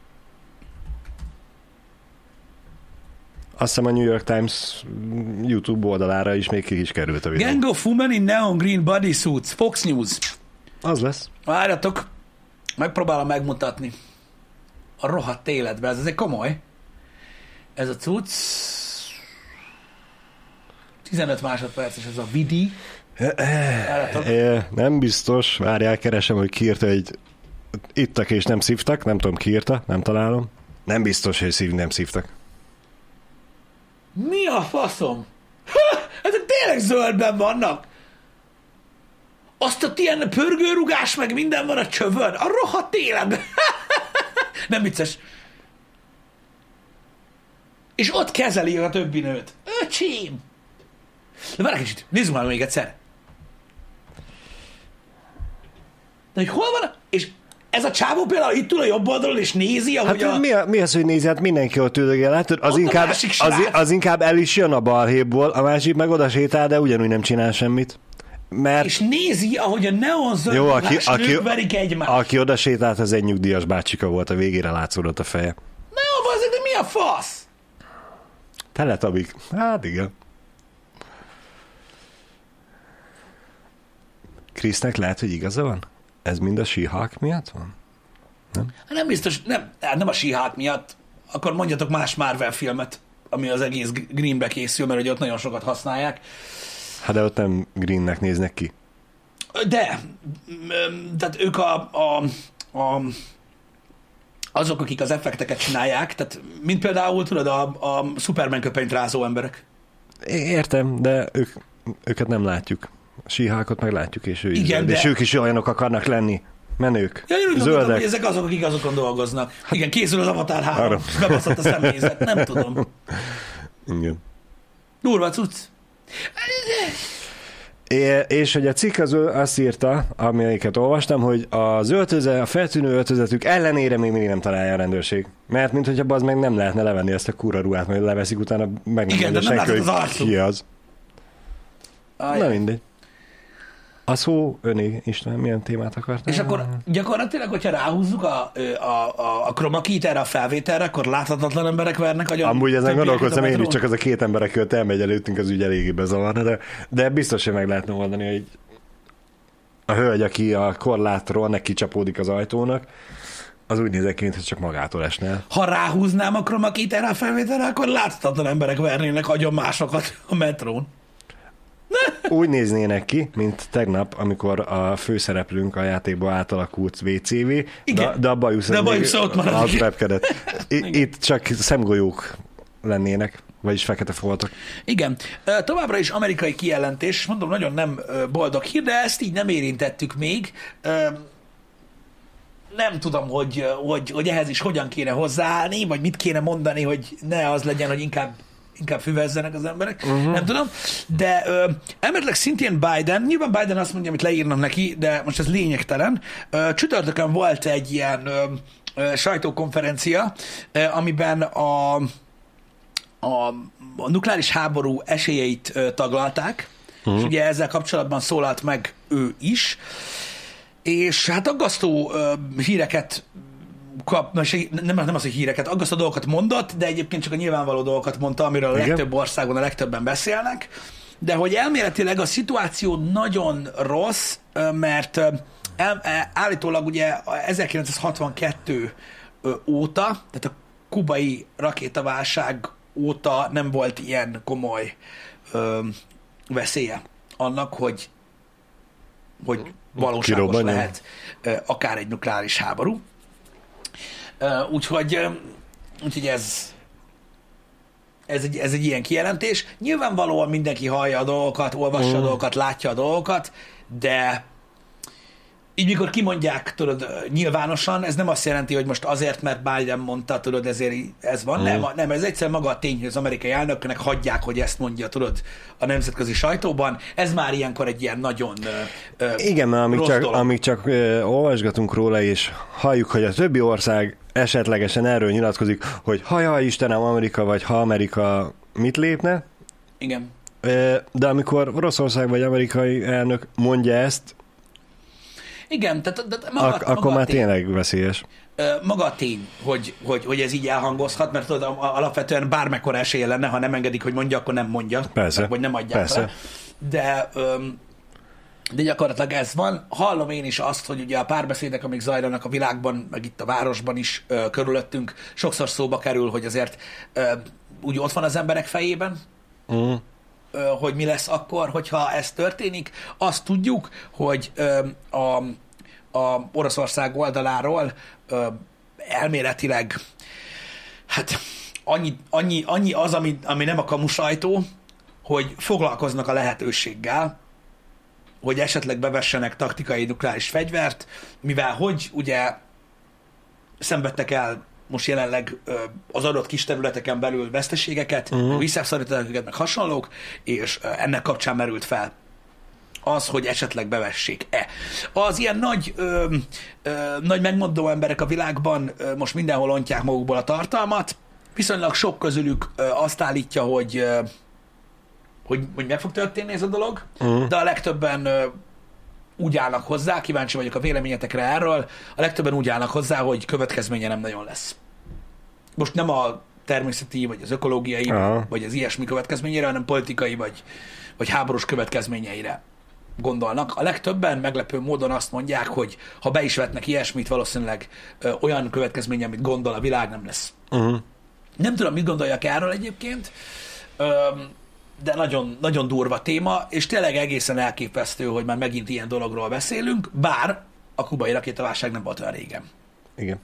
Azt hiszem a New York Times YouTube oldalára is még ki is került a videó. Gang of women in neon green bodysuits. Fox News. Az lesz. Várjatok, megpróbálom megmutatni. A rohadt életben. Ez azért komoly. Ez a cucc. tizenöt másodperces ez a vidi. É, nem biztos. Várjál, keresem, hogy kiírta egy ittak és nem szívtak. Nem tudom, kiírta, nem találom. Nem biztos, hogy szív, nem szívtak. Mi a faszom? Ha, ezek tényleg zöldben vannak. Azt a ilyen pörgőrugás meg minden van a csövön. A rohadt életben. Nem vicces. És ott kezeli a többi nőt. Öcsém. De várj egy kicsit, nézzük már még egyszer. De hogy hol van? És ez a csávó például itt ül a jobb oldalon, és nézi, ahogy hát a... Mi, a, mi az, hogy nézi? Hát mindenki ott üldögél, látod? Az, inkább, az, az inkább el is jön a balhéból, a másik meg oda sétál, de ugyanúgy nem csinál semmit. Mert... És nézi, ahogy a neonzöld Jó, aki, aki, verik egymást. Aki oda sétált, az egy nyugdíjas bácsika volt, a végére látszódott a feje. Na jó, azért, de mi a fasz? Teletabik. Hát igen. Krisznek lehet, hogy igaza van? Ez mind a She-Hulk miatt van? Nem? Nem biztos, nem, nem a She-Hulk miatt. Akkor mondjatok más Marvel filmet, ami az egész Greenbe készül, mert ugye ott nagyon sokat használják. Hát de ott nem Greennek néznek ki. De, tehát ők a, a, a azok, akik az effekteket csinálják, tehát mint például, tudod, a, a Superman köpenyt rázó emberek. Értem, de ők, őket nem látjuk. A She-Hulkot meg látjuk, és ő is igen, de... és ők is olyanok akarnak lenni. Menők. Ja, én úgy gondoltam, hogy ezek azok, akik azokon dolgoznak. Hát, igen, készül az Avatar három. Bebaszott a személyzet. Nem tudom. Igen. Durva cucc. É, és hogy a cikk az azt írta, amelyiket olvastam, hogy az öltöze, a feltűnő öltözetük ellenére még mindig nem találja a rendőrség. Mert mint hogyha az meg nem lehetne levenni ezt a kurva ruhát, majd leveszik, utána meg nem igen, mondja senki, hogy ki az. Ajaj. Na mindegy. A szó öné, István, milyen témát akartál? És akkor gyakorlatilag, hogyha ráhúzzuk a, a, a, a chroma keyt erre a felvételre, akkor láthatatlan emberek vernek agyon. Amúgy ezen gondolkoztam én is, csak az a két ember, aki ott elmegy előttünk, az ügy eléggé bezavarna, de, de biztos, hogy meg lehetne oldani, hogy a hölgy, aki a korlátról neki csapódik az ajtónak, az úgy nézek ki, mintha csak magától esne. Ha ráhúznám a chroma keyt erre a felvételre, akkor láthatatlan emberek vernének agyon másokat a metrón. Úgy néznének ki, mint tegnap, amikor a főszereplőnk a játékba átalakult vé cé vé, de, de a bajusz, de a bajusz ott marad. Az repkedett. Itt csak szemgolyók lennének, vagyis fekete foltok. Igen. Továbbra is amerikai kijelentés, mondom, nagyon nem boldog hír, de ezt így nem érintettük még. Nem tudom, hogy, hogy, hogy ehhez is hogyan kéne hozzáállni, vagy mit kéne mondani, hogy ne az legyen, hogy inkább inkább füvezzenek az emberek, uh-huh. nem tudom, de ö, elméletileg szintén Biden, nyilván Biden azt mondja, amit leírnak neki, de most ez lényegtelen. Ö, csütörtökön volt egy ilyen ö, ö, sajtókonferencia, ö, amiben a, a, a nukleáris háború esélyeit ö, taglalták, uh-huh. és ugye ezzel kapcsolatban szólalt meg ő is, és hát aggasztó ö, híreket kap, nem, nem az, hogy híreket, aggasztó dolgokat mondott, de egyébként csak a nyilvánvaló dolgokat mondta, amiről a Igen. legtöbb országban a legtöbben beszélnek, de hogy elméletileg a szituáció nagyon rossz, mert el, állítólag ugye ezerkilencszázhatvankettő óta, tehát a kubai rakétaválság óta nem volt ilyen komoly ö, veszélye annak, hogy, hogy valóságos Kirobbanjon. lehet ö, akár egy nukleáris háború. Uh, úgyhogy, uh, úgyhogy ez, ez, egy, ez egy ilyen kijelentés. Nyilvánvalóan mindenki hallja a dolgokat, olvassa mm. a dolgokat, látja a dolgokat, de így mikor kimondják, tudod, nyilvánosan, ez nem azt jelenti, hogy most azért, mert Biden mondta, tudod, ezért ez van. Mm. Nem, nem, ez egyszerűen maga a tény, hogy az amerikai elnöknek hagyják, hogy ezt mondja, tudod, a nemzetközi sajtóban. Ez már ilyenkor egy ilyen nagyon uh, Igen, mert amíg csak, amíg csak uh, olvasgatunk róla, és halljuk, hogy a többi ország esetlegesen erről nyilatkozik, hogy ha jaj, Istenem, Amerika, vagy ha Amerika mit lépne. Igen. Uh, de amikor Oroszország vagy amerikai elnök mondja ezt, igen, tehát, tehát maga, Ak- maga akkor már tény, tényleg veszélyes. maga a tény, hogy, hogy, hogy ez így elhangozhat, mert tudod, alapvetően bármekkora esélye lenne, ha nem engedik, hogy mondja, akkor nem mondja. Persze. Vagy nem adják Persze. le. De, de gyakorlatilag ez van. Hallom én is azt, hogy ugye a párbeszédek, amik zajlanak a világban, meg itt a városban is körülöttünk, sokszor szóba kerül, hogy azért úgy ott van az emberek fejében, mm. hogy mi lesz akkor, hogyha ez történik. Azt tudjuk, hogy a, a Oroszország oldaláról elméletileg hát annyi, annyi, annyi az, ami, ami nem a kamusajtó, hogy foglalkoznak a lehetőséggel, hogy esetleg bevessenek taktikai nukleáris fegyvert, mivel hogy ugye szenvedtek el most jelenleg az adott kis területeken belül veszteségeket, uh-huh. visszaszorítanak őket, meg hasonlók, és ennek kapcsán merült fel az, hogy esetleg bevessék-e. Az ilyen nagy, ö, ö, nagy megmondó emberek a világban ö, most mindenhol ontják magukból a tartalmat, viszonylag sok közülük ö, azt állítja, hogy, ö, hogy, hogy meg fog történni ez a dolog, uh-huh. de a legtöbben ö, úgy állnak hozzá, kíváncsi vagyok a véleményetekre erről, a legtöbben úgy állnak hozzá, hogy következménye nem nagyon lesz. Most nem a természeti, vagy az ökológiai, uh-huh. vagy az ilyesmi következményeire, hanem politikai, vagy, vagy háborús következményeire gondolnak. A legtöbben meglepő módon azt mondják, hogy ha be is vetnek ilyesmit, valószínűleg ö, olyan következménye, amit gondol a világ, nem lesz. Uh-huh. Nem tudom, mit gondoljak erről egyébként, ö, de nagyon, nagyon durva téma, és tényleg egészen elképesztő, hogy már megint ilyen dologról beszélünk, bár a kubai rakétaválság nem volt olyan régen. Igen.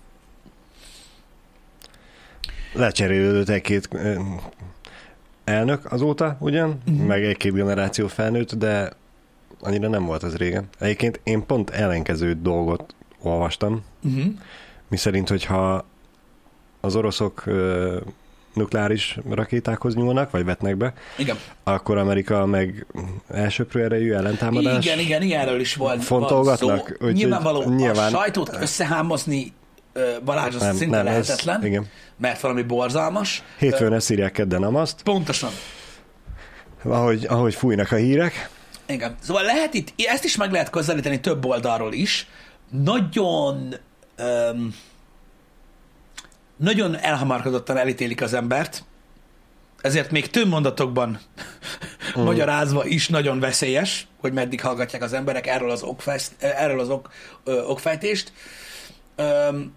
Lecserélődött egy-két elnök azóta, ugyan, uh-huh. meg egy-két generáció felnőtt, de annyira nem volt az régen. Egyébként én pont ellenkező dolgot olvastam, uh-huh. miszerint, hogyha az oroszok ö, nukleáris rakétákhoz nyúlnak, vagy vetnek be, igen. akkor Amerika meg elsöprő erejű ellentámadás. Igen, igen, ilyenről is volt fontolgatnak. Szó. Nyilvánvaló, nyilván... a sajtót összehámozni Balázs, az nem, szinte nem, lehetetlen, ez, igen. mert valami borzalmas. Hétfőn ezt írják, kedden amaszt. Pontosan. Ahogy, ahogy fújnak a hírek. Igen. Szóval lehet itt, ezt is meg lehet közelíteni több oldalról is. Nagyon um, nagyon elhamarkodottan elítélik az embert, ezért még több mondatokban mm. magyarázva is nagyon veszélyes, hogy meddig hallgatják az emberek erről az, okfejt, erről az ok, ö, okfejtést. Um,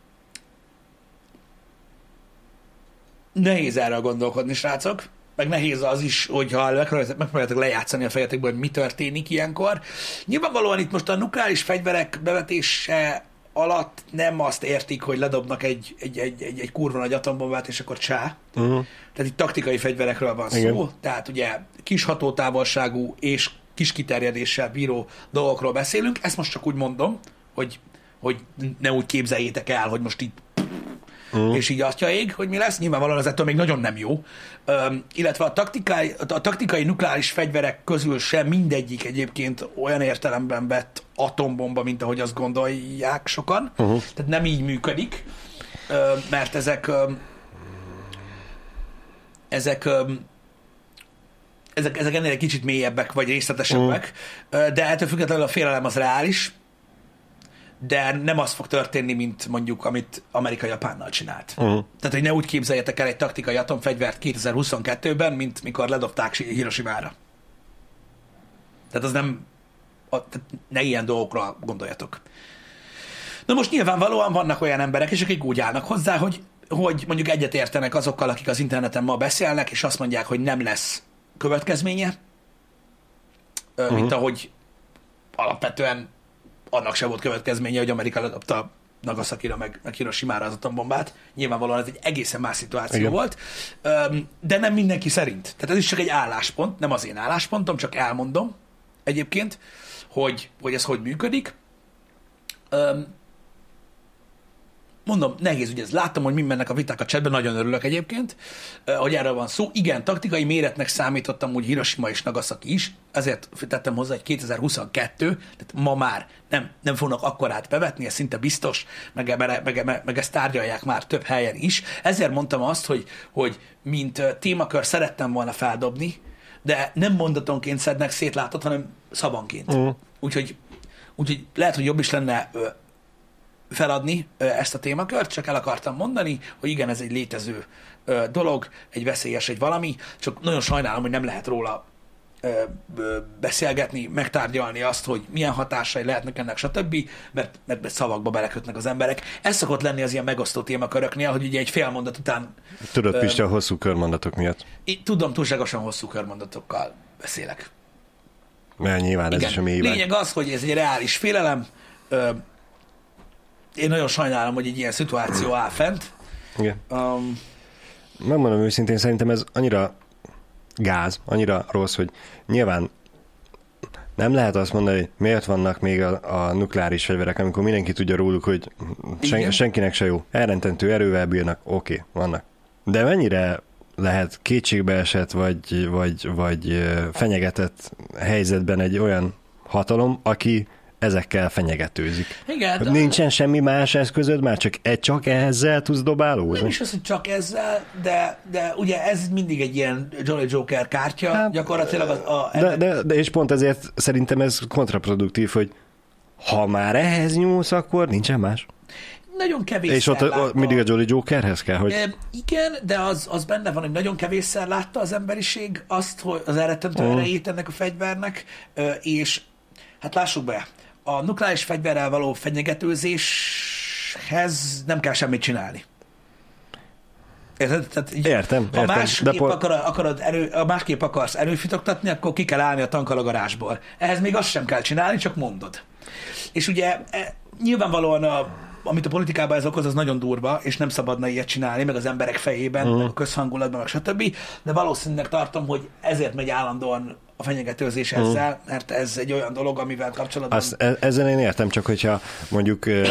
nehéz erről gondolkodni, srácok. Meg nehéz az is, hogyha megpróbáljátok lejátszani a fejetekből, hogy mi történik ilyenkor. Nyilvánvalóan itt most a nukleáris fegyverek bevetése alatt nem azt értik, hogy ledobnak egy, egy, egy, egy, egy kurva nagy atombombát, és akkor csá. Uh-huh. Tehát itt taktikai fegyverekről van Igen. szó. Tehát ugye kis hatótávolságú és kis kiterjedéssel bíró dolgokról beszélünk. Ezt most csak úgy mondom, hogy, hogy ne úgy képzeljétek el, hogy most itt uh-huh. és így atyaég, hogy mi lesz. Nyilvánvalóan ez ettől még nagyon nem jó. Üm, illetve a taktikai, a taktikai nukleáris fegyverek közül sem mindegyik egyébként olyan értelemben vett atombomba, mint ahogy azt gondolják sokan. Uh-huh. Tehát nem így működik, üm, mert ezek üm, ezek üm, Ezek, ezek ennél egy kicsit mélyebbek, vagy részletesebbek, uh. de ettől függetlenül a félelem az reális, de nem az fog történni, mint mondjuk, amit Amerika Japánnal csinált. Uh. Tehát, hogy ne úgy képzeljetek el egy taktikai atomfegyvert kétezer-huszonkettőben, mint mikor ledobták Hiroshimára. Tehát az nem, a, tehát ne ilyen dolgokra gondoljatok. Na most nyilvánvalóan vannak olyan emberek, és akik úgy állnak hozzá, hogy, hogy mondjuk egyetértenek azokkal, akik az interneten ma beszélnek, és azt mondják, hogy nem lesz következménye, uh-huh. mint ahogy alapvetően annak sem volt következménye, hogy Amerika ledobta Nagasakira meg, meg Hiroshimára az atombombát. Nyilvánvalóan ez egy egészen más szituáció Igen. volt, de nem mindenki szerint. Tehát ez is csak egy álláspont, nem az én álláspontom, csak elmondom egyébként, hogy, hogy ez hogy működik. Mondom, nehéz, ugye ez láttam, hogy mi mennek a viták a chatben, nagyon örülök egyébként, hogy erről van szó. Igen, taktikai méretnek számítottam úgy Hiroshima és Nagasaki is, ezért tettem hozzá, hogy kétezer-huszonkettő, tehát ma már nem, nem fognak akkorát bevetni, ez szinte biztos, meg, meg, meg, meg ezt tárgyalják már több helyen is. Ezért mondtam azt, hogy, hogy mint témakör szerettem volna feldobni, de nem mondatonként szednek szétlátott, hanem szavanként. Uh. Úgyhogy, úgyhogy lehet, hogy jobb is lenne feladni ezt a témakört, csak el akartam mondani, hogy igen, ez egy létező dolog, egy veszélyes, egy valami, csak nagyon sajnálom, hogy nem lehet róla beszélgetni, megtárgyalni azt, hogy milyen hatásai lehetnek ennek, stb., mert, mert szavakba belekötnek az emberek. Ez szokott lenni az ilyen megosztó témaköröknél, hogy ugye egy fél mondat után... Tudod, Pisti, a hosszú körmondatok miatt. Tudom, túlságosan hosszú körmondatokkal beszélek. Mert nyilván igen. ez is a mélyvágy. Lényeg az, hogy ez egy reális félelem. Én nagyon sajnálom, hogy egy ilyen szituáció áll fent. Igen. Um, Megmondom őszintén, szerintem ez annyira gáz, annyira rossz, hogy nyilván nem lehet azt mondani, hogy miért vannak még a, a nukleáris fegyverek, amikor mindenki tudja róluk, hogy sen, senkinek se jó. Elrettentő erővel bírnak, oké, okay, vannak. De mennyire lehet kétségbeesett, vagy, vagy, vagy fenyegetett helyzetben egy olyan hatalom, aki ezekkel fenyegetőzik. Igen. Nincsen semmi más eszközöd, már csak, e, csak ezzel tudsz dobálózni? Nem is az, hogy csak ezzel, de, de ugye ez mindig egy ilyen Jolly Joker kártya, hát, gyakorlatilag az, a... De, de, de és pont ezért szerintem ez kontraproduktív, hogy ha már ehhez nyúlsz, akkor nincsen más. Nagyon kevésszer És ott látta. Mindig a Jolly Jokerhez kell, hogy... E, igen, de az, az benne van, hogy nagyon kevésszer látta az emberiség azt, hogy az elrettentő uh. erejét ennek a fegyvernek, és hát lássuk be, a nukleáris fegyverrel való fenyegetőzéshez nem kell semmit csinálni. Érted? Tehát így, értem, ha értem. másképp, por... akar, akarod erő, másképp akarsz erőfitoktatni, akkor ki kell állni a tankkal a garázsból. Ehhez még azt sem kell csinálni, csak mondod. És ugye e, nyilvánvalóan a, amit a politikában ez okoz, az nagyon durva, és nem szabadna ilyet csinálni, meg az emberek fejében, uh-huh. meg a közhangulatban, meg stb. De valószínűleg tartom, hogy ezért megy állandóan a fenyegetőzés ezzel, uh-huh. mert ez egy olyan dolog, amivel kapcsolatban... Azt, ezzel én értem, csak hogyha mondjuk uh,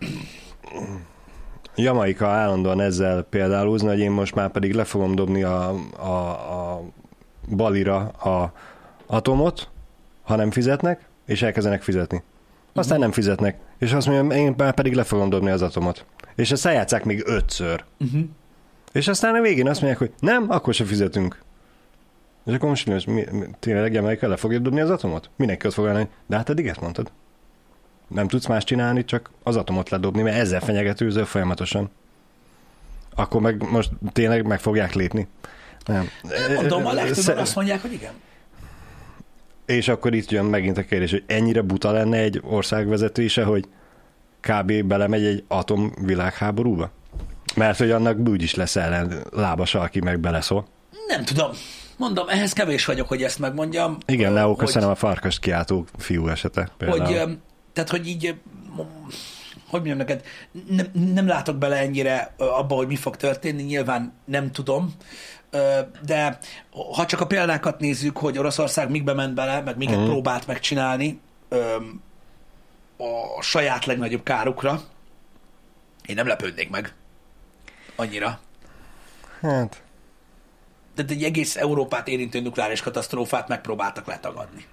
Jamaika állandóan ezzel példálózna, hogy én most már pedig le fogom dobni a, a, a Balira a atomot, ha nem fizetnek, és elkezdenek fizetni. Aztán uh-huh. nem fizetnek, és azt mondja, én már pedig le fogom dobni az atomot. És ezt eljátszák még ötször. Uh-huh. És aztán a végén azt mondják, hogy nem, akkor se fizetünk. És akkor most mi, mi, tényleg Jamaika le fogja dobni az atomot? Mindenki ott fog állni, de hát eddig ezt mondtad. Nem tudsz más csinálni, csak az atomot ledobni, mert ezzel fenyegetőzöl folyamatosan. Akkor meg most tényleg meg fogják lépni. Nem. Nem mondom, a legtöbben azt mondják, hogy igen. És akkor itt jön megint a kérdés, hogy ennyire buta lenne egy ország vezetése, hogy kb. Belemegy egy atomvilágháborúba? Mert hogy annak úgyis lesz ellen lábasa, aki meg beleszól. Nem tudom. Mondom, ehhez kevés vagyok, hogy ezt megmondjam. Igen, Leó, köszönöm hogy, a farkast kiáltó fiú esete. Például. Hogy, tehát, hogy így, hogy mondjam neked, nem, nem látok bele ennyire abba, hogy mi fog történni, nyilván nem tudom, de ha csak a példákat nézzük, hogy Oroszország mikbe ment bele, meg miket mm. próbált megcsinálni a saját legnagyobb kárukra, én nem lepődnék meg. annyira. Hát... Tehát egy egész Európát érintő nukleáris katasztrófát megpróbáltak letagadni.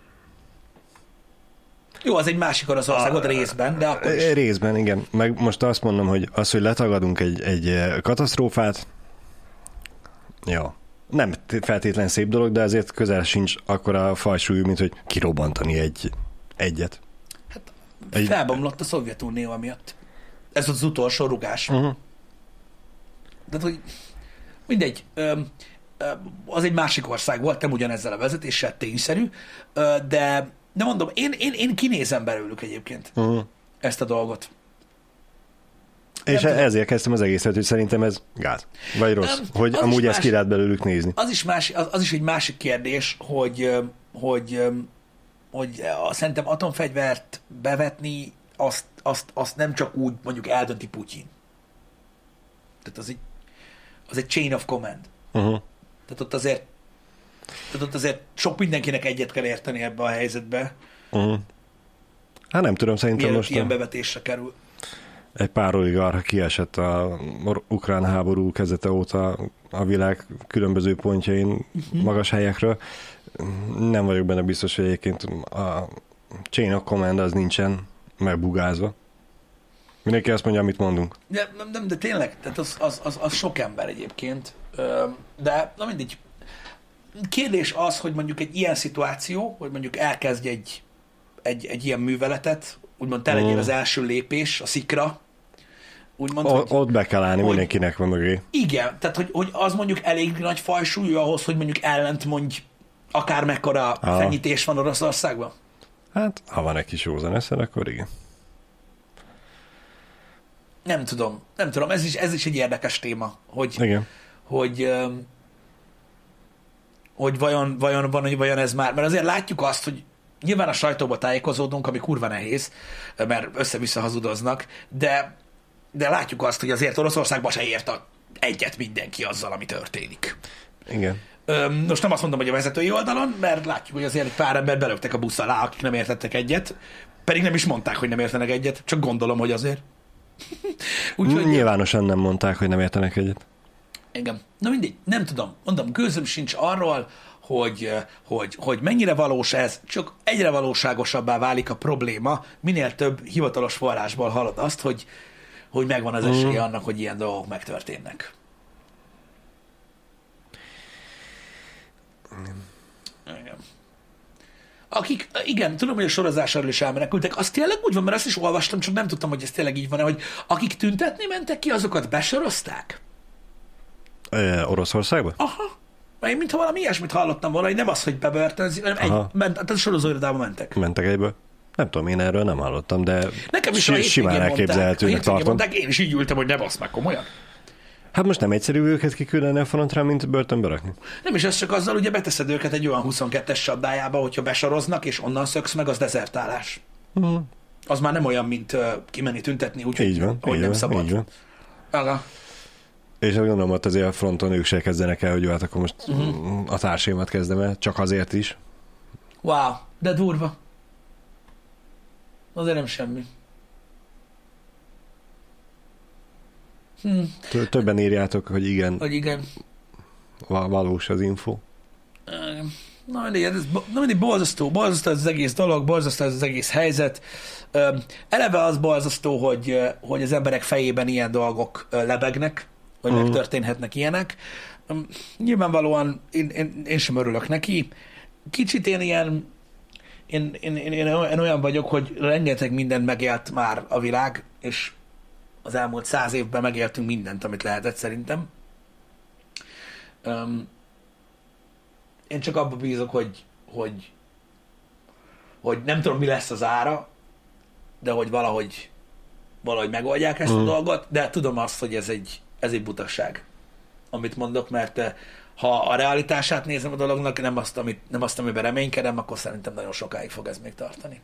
Jó, az egy másik Oroszország volt részben, de akkor is. Részben, igen. Meg most azt mondom, hogy az, hogy letagadunk egy, egy katasztrófát, jó. Nem feltétlen szép dolog, de azért közel sincs akkora fajsúlyú, mint hogy kirobbantani egy, egyet. Hát egy... felbomlott a Szovjetunió miatt. Ez az utolsó rugás. Uh-huh. Tehát, hogy mindegy, az egy másik ország volt, nem ugyanezzel a vezetéssel, tényszerű, de, de mondom, én, én, én kinézem belőlük egyébként uh-huh. ezt a dolgot. És nem ezért kezdtem az egészet, hogy szerintem ez gáz. Vagy rossz. Um, hogy amúgy ezt ki lehet belőlük nézni. Az is, más, az, az is egy másik kérdés, hogy, hogy, hogy a, szerintem atomfegyvert bevetni, azt, azt, azt nem csak úgy mondjuk eldönti Putyin. Tehát az egy, az egy chain of command. Uh-huh. Tehát ott azért tehát ott azért sok mindenkinek egyet kell érteni ebbe a helyzetbe. Uh-huh. Hát nem tudom, szerintem most... ilyen bevetésre kerül. Egy pár oligarcha kiesett a ukrán háború kezdete óta a világ különböző pontjain, uh-huh. magas helyekről. Nem vagyok benne biztos, hogy egyébként a chain of command az nincsen megbugázva. Mindenki azt mondja, amit mondunk. De, de, de tényleg, tehát az, az, az, az sok ember egyébként. De na mindegy. Kérdés az, hogy mondjuk egy ilyen szituáció, hogy mondjuk elkezdj egy, egy, egy ilyen műveletet, úgymond te legyél mm. az első lépés, a szikra. Úgymond, o, hogy, ott be kell állni, hogy, mindenkinek van mögé. Igen, tehát hogy, hogy az mondjuk elég nagy fajsúlyú ahhoz, hogy mondjuk ellent mondj akár mekkora Aha. fenyítés van Oroszországban. Hát, ha van egy kis józan eszen, akkor igen. Nem tudom, nem tudom, ez is, ez is egy érdekes téma, hogy, igen. hogy, hogy vajon, vajon, vajon, vajon ez már, mert azért látjuk azt, hogy nyilván a sajtóba tájékozódunk, ami kurva nehéz, mert össze-vissza hazudoznak, de, de látjuk azt, hogy azért Oroszországban se ért a egyet mindenki azzal, ami történik. Igen. Most nem azt mondom, hogy a vezetői oldalon, mert látjuk, hogy azért egy pár ember belöktek a busz alá, akik nem értettek egyet, pedig nem is mondták, hogy nem értenek egyet, csak gondolom, hogy azért. Úgyhogy nyilvánosan nem mondták, hogy nem értenek egyet. Igen. Na mindegy, nem tudom. Mondom, gőzöm sincs arról, hogy, hogy, hogy mennyire valós ez, csak egyre valóságosabbá válik a probléma, minél több hivatalos forrásból hallod azt, hogy, hogy megvan az esélye annak, hogy ilyen dolgok megtörténnek. Igen. Akik, igen, tudom, hogy a sorozásról is elmenekültek, az tényleg úgy van, mert azt is olvastam, csak nem tudtam, hogy ez tényleg így van, hogy akik tüntetni mentek ki, azokat besorozták? E, Oroszországba? Aha. Mert én mintha valami ilyesmit hallottam volna, hogy nem az, hogy bebörtönzik, hanem egy, ment, tehát a sorozóirodába mentek. Mentek egyből? Nem tudom, én erről nem hallottam, de nekem is si- simán elképzelhetőnek tartom. Mondták, én is így ültem, hogy ne basz meg komolyan. Hát most nem egyszerű őket kiküldeni a frontra, mint börtönbe rakni. Nem is ez, csak azzal ugye beteszed őket egy olyan huszonkettes csapdájába, hogyha besoroznak, és onnan szöksz meg, az dezertálás. Uh-huh. Az már nem olyan, mint uh, kimenni tüntetni, úgyhogy hogy nem van, szabad. Így van. Aga. És azt gondolom, hogy azért a fronton ők se kezdenek el, hogy jó, hát akkor most uh-huh. a társaimat kezdem el, csak azért is. Wow, de durva. Azért nem semmi. Hm. Többen írjátok, hogy igen. Hogy igen. Valós az info. Na mindegy, ez, na mindegy, borzasztó, borzasztó ez az egész dolog, borzasztó ez az egész helyzet. Eleve az borzasztó, hogy, hogy az emberek fejében ilyen dolgok lebegnek, hogy uh-huh. megtörténhetnek ilyenek. Nyilvánvalóan én, én, én sem örülök neki. Kicsit én ilyen, én, én, én, én olyan vagyok, hogy rengeteg mindent megélt már a világ, és az elmúlt száz évben megéltünk mindent, amit lehetett szerintem. Um, én csak abba bízok, hogy, hogy, hogy nem tudom, mi lesz az ára, de hogy valahogy, valahogy megoldják ezt mm. a dolgot, de tudom azt, hogy ez egy, ez egy butasság, amit mondok, mert ha a realitását nézem a dolognak, nem azt, amit, nem azt, amiben reménykedem, akkor szerintem nagyon sokáig fog ez még tartani.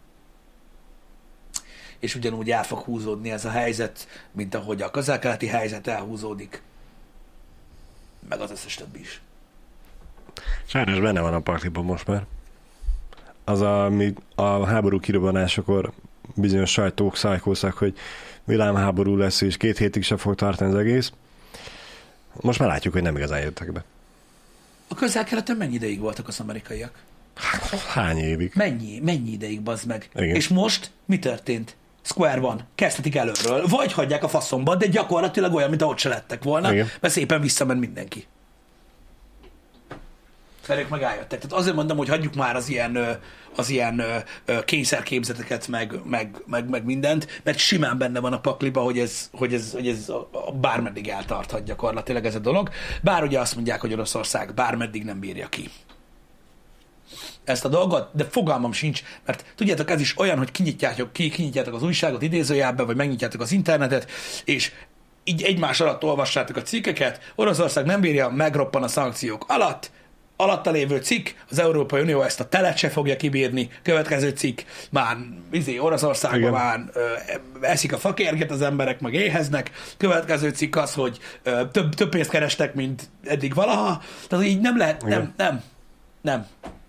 És ugyanúgy el fog húzódni ez a helyzet, mint ahogy a közel-keleti helyzet elhúzódik, meg az összes többi is. Sajnos benne van a pakliban most már. Az, ami a háború kirobbanásakor bizonyos sajtók szájkóztak, hogy világháború lesz, és két hétig sem fog tartani az egész. Most már látjuk, hogy nem igazán jöttek be. A közel-keleten mennyi ideig voltak az amerikaiak? Hány évig? Mennyi, mennyi ideig, bazd meg? Igen. És most mi történt? Square van, kezdhetik előről, vagy hagyják a faszomba, de gyakorlatilag olyan, mint ahogy se lettek volna, Igen. mert szépen visszament mindenki. Mert ők meg eljöttek. Tehát azért mondom, hogy hagyjuk már az ilyen, ö, az ilyen ö, ö, kényszerképzeteket, meg, meg, meg, meg mindent, mert simán benne van a pakliba, hogy ez, hogy ez, hogy ez a, a bármeddig eltarthat gyakorlatilag ez a dolog. Bár ugye azt mondják, hogy Oroszország bármeddig nem bírja ki ezt a dolgot, de fogalmam sincs, mert tudjátok, ez is olyan, hogy kinyitjátok, ki, kinyitjátok az újságot idézőjelbe, vagy megnyitjátok az internetet, és így egymás alatt olvassátok a cikkeket, Oroszország nem bírja, megroppan a szankciók alatt, alatta lévő cikk, az Európai Unió ezt a telet se fogja kibírni, következő cikk, már izé, Oroszországban Igen. már ö, eszik a fakérget az emberek, meg éheznek, következő cikk az, hogy ö, több, több pénzt kerestek, mint eddig valaha, tehát így nem lehet, nem, Igen. nem, nem.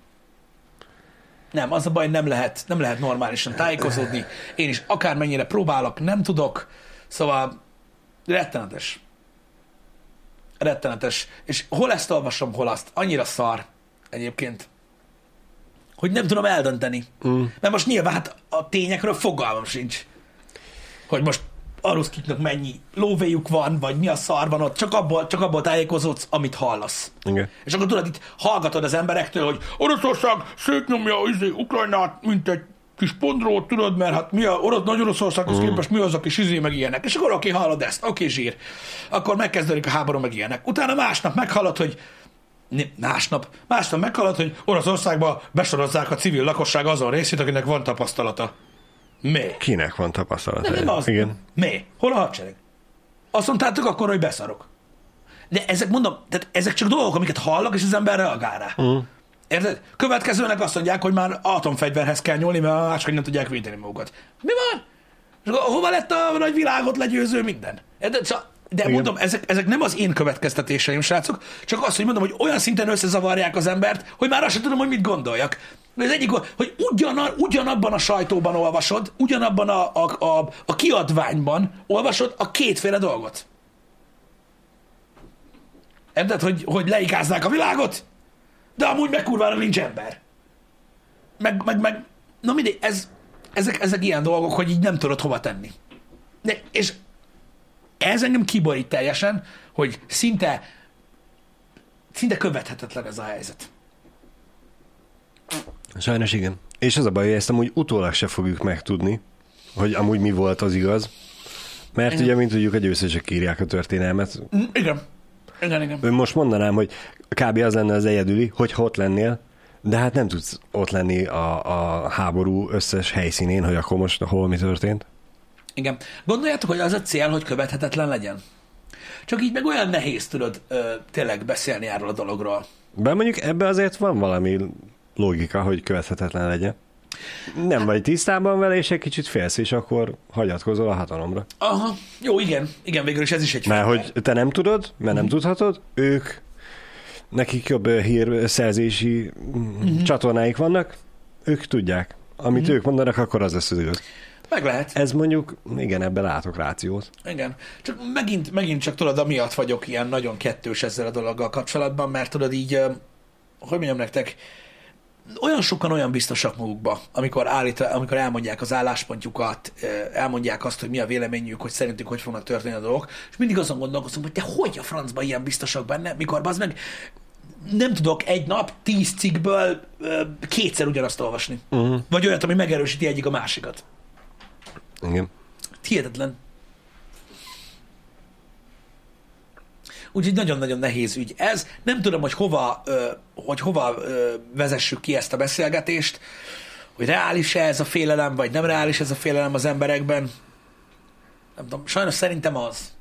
Nem, az a baj, nem lehet, nem lehet normálisan tájékozódni. Én is akármennyire próbálok, nem tudok, szóval rettenetes. Rettenetes. És hol ezt olvasom, hol azt. Annyira szar egyébként, hogy nem tudom eldönteni. Mm. Mert most nyilván hát a tényekről fogalmam sincs, hogy most a ruszkiknak mennyi lóvéjuk van, vagy mi a szar van ott, csak abból, csak abból tájékozódsz, amit hallasz. Igen. És akkor tudod, itt hallgatod az emberektől, hogy Oroszország szétnyomja izé, Ukrajnát, mint egy kis pondrót, tudod, mert hát mi a orosz, nagy Oroszországhoz mm. képest mi az a kis izé, meg ilyenek. És akkor oké, hallod ezt, oké, zsír. Akkor megkezdődik a háború, meg ilyenek. Utána másnap meghallod, hogy másnap, másnap meghallod, hogy Oroszországba besorozzák a civil lakosság azon részét, akinek van tapasztalata. Mi? Kinek van tapasztalata? Nem, nem az. Igen. Mi? Hol a hadsereg? Azt mondtátok akkor, hogy beszarok. De ezek, mondom, tehát ezek csak dolgok, amiket hallok, és az ember reagál rá. Uh-huh. Érted? Következőnek azt mondják, hogy már atomfegyverhez kell nyúlni, mert máshogy nem tudják védeni magukat. Mi van? És hova lett a nagy világot legyőző minden? Érted? Szóval, de igen. Mondom, ezek, ezek nem az én következtetéseim, srácok, csak azt, hogy mondom, hogy olyan szinten összezavarják az embert, hogy már azt sem tudom, hogy mit gondoljak. Az egyik, hogy ugyan, ugyanabban a sajtóban olvasod, ugyanabban a, a, a, a kiadványban olvasod a kétféle dolgot. Érted, hogy, hogy leikáznák a világot, de amúgy meg kurvára nincs ember. Meg, meg, meg, na mindegy, ez, ezek, ezek ilyen dolgok, hogy így nem tudod hova tenni. De, és ez engem kiborít teljesen, hogy szinte, szinte követhetetlen ez a helyzet. Sajnos igen. És az a baj, hogy ezt amúgy utólag se fogjuk megtudni, hogy amúgy mi volt az igaz. Mert igen. Ugye, mint tudjuk, a győztesek írják a történelmet. Igen. Igen, igen. Most mondanám, hogy kb. Az lenne az egyedüli, hogyha ott lennél, de hát nem tudsz ott lenni a, a háború összes helyszínén, hogy akkor most hol mi történt. Igen. Gondoljátok, hogy az a cél, hogy követhetetlen legyen? Csak így meg olyan nehéz, tudod, ö, tényleg beszélni erről a dologról. Bár mondjuk ebbe azért van valami logika, hogy követhetetlen legyen. Nem vagy tisztában vele, és egy kicsit félsz, és akkor hagyatkozol a hatalomra. Aha, jó, igen. Igen, végül is ez is egy Mert félre. hogy te nem tudod, mert nem mm. tudhatod, ők, nekik jobb hírszerzési mm. csatornáik vannak, ők tudják. Amit mm. ők mondanak, akkor az lesz az igaz. Meg lehet. Ez mondjuk, igen, ebben látok rációt. Igen. Csak megint, megint csak tudod, amiatt vagyok ilyen nagyon kettős ezzel a dologgal kapcsolatban, mert tudod így, hogy mondjam nektek, olyan sokan olyan biztosak magukba, amikor, állít, amikor elmondják az álláspontjukat, elmondják azt, hogy mi a véleményük, hogy szerintük hogy fognak történni a dolgok, és mindig azon gondolkozom, hogy te hogy a francban ilyen biztosak benne, mikor az meg nem tudok egy nap tíz cikkből kétszer ugyanazt olvasni. Uh-huh. Vagy olyat, ami megerősíti egyik a másikat. Igen. Hihetetlen. Úgyhogy nagyon-nagyon nehéz ügy ez. Nem tudom, hogy hova, ö, hogy hova ö, vezessük ki ezt a beszélgetést, hogy reális-e ez a félelem, vagy nem reális ez a félelem az emberekben. Nem tudom, sajnos szerintem az.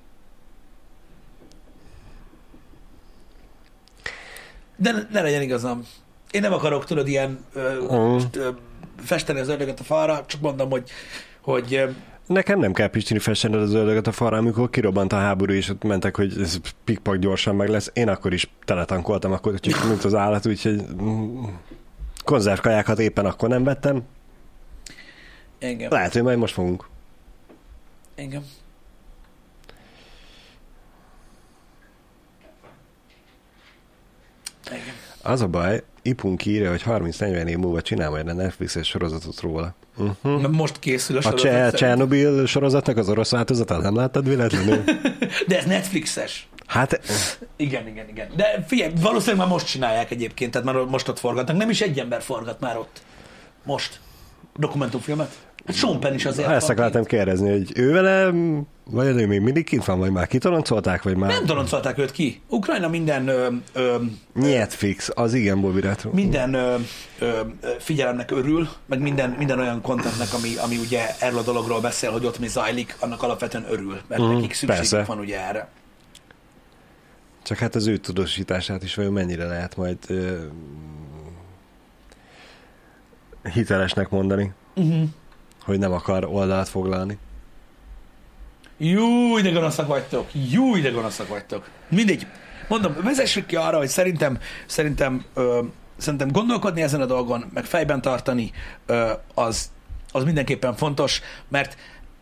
De ne, ne legyen igazam. Én nem akarok, tudod, ilyen ö, uh. ö, festeni az ördögöt a falra, csak mondom, hogy, hogy ö, nekem nem kell Pistini festeni az ördögöt a falra, amikor kirobbant a háború, és ott mentek, hogy ez pikpak gyorsan meg lesz. Én akkor is teletankoltam, akkor csak mint az állat, úgyhogy konzervkajákat éppen akkor nem vettem. Engem. Lehet, hogy majd most fogunk. Engem. Igen. Az a baj, Ipunk írja, hogy harminc-negyven év múlva csinál majd a Netflixes sorozatot róla. Uh-huh. Most készül a A sorozat. Cse- Csernobil sorozatnak az orosz változatát nem láttad véletlenül? De ez Netflixes. Hát... Igen, igen, igen. De figyelj, valószínűleg már most csinálják egyébként, tehát már most ott forgatnak. Nem is egy ember forgat már ott. Most. Dokumentumfilmet. Hát Sean Penn is azért Ezt van akartam kint. kérdezni, hogy ő vele, vagy ő még mindig kint van, vagy már kitoloncolták, vagy már... Nem toloncolták őt ki. Ukrajna minden ö, ö, Netflix, az igen, Bobby Retro. minden ö, ö, figyelemnek örül, meg minden, minden olyan contentnek, ami, ami ugye erről a dologról beszél, hogy ott mi zajlik, annak alapvetően örül, mert Mhm, nekik szükségük persze. van ugye erre. Csak hát az ő tudósítását is vajon mennyire lehet majd ö, hitelesnek mondani, Uh-huh. hogy nem akar oldalt foglalni. Jú, de gonoszak vagytok. Jú, de gonoszak vagytok. Mindegy. Mondom, vezessük ki arra, hogy szerintem, szerintem, ö, szerintem gondolkodni ezen a dolgon, meg fejben tartani, ö, az, az mindenképpen fontos, mert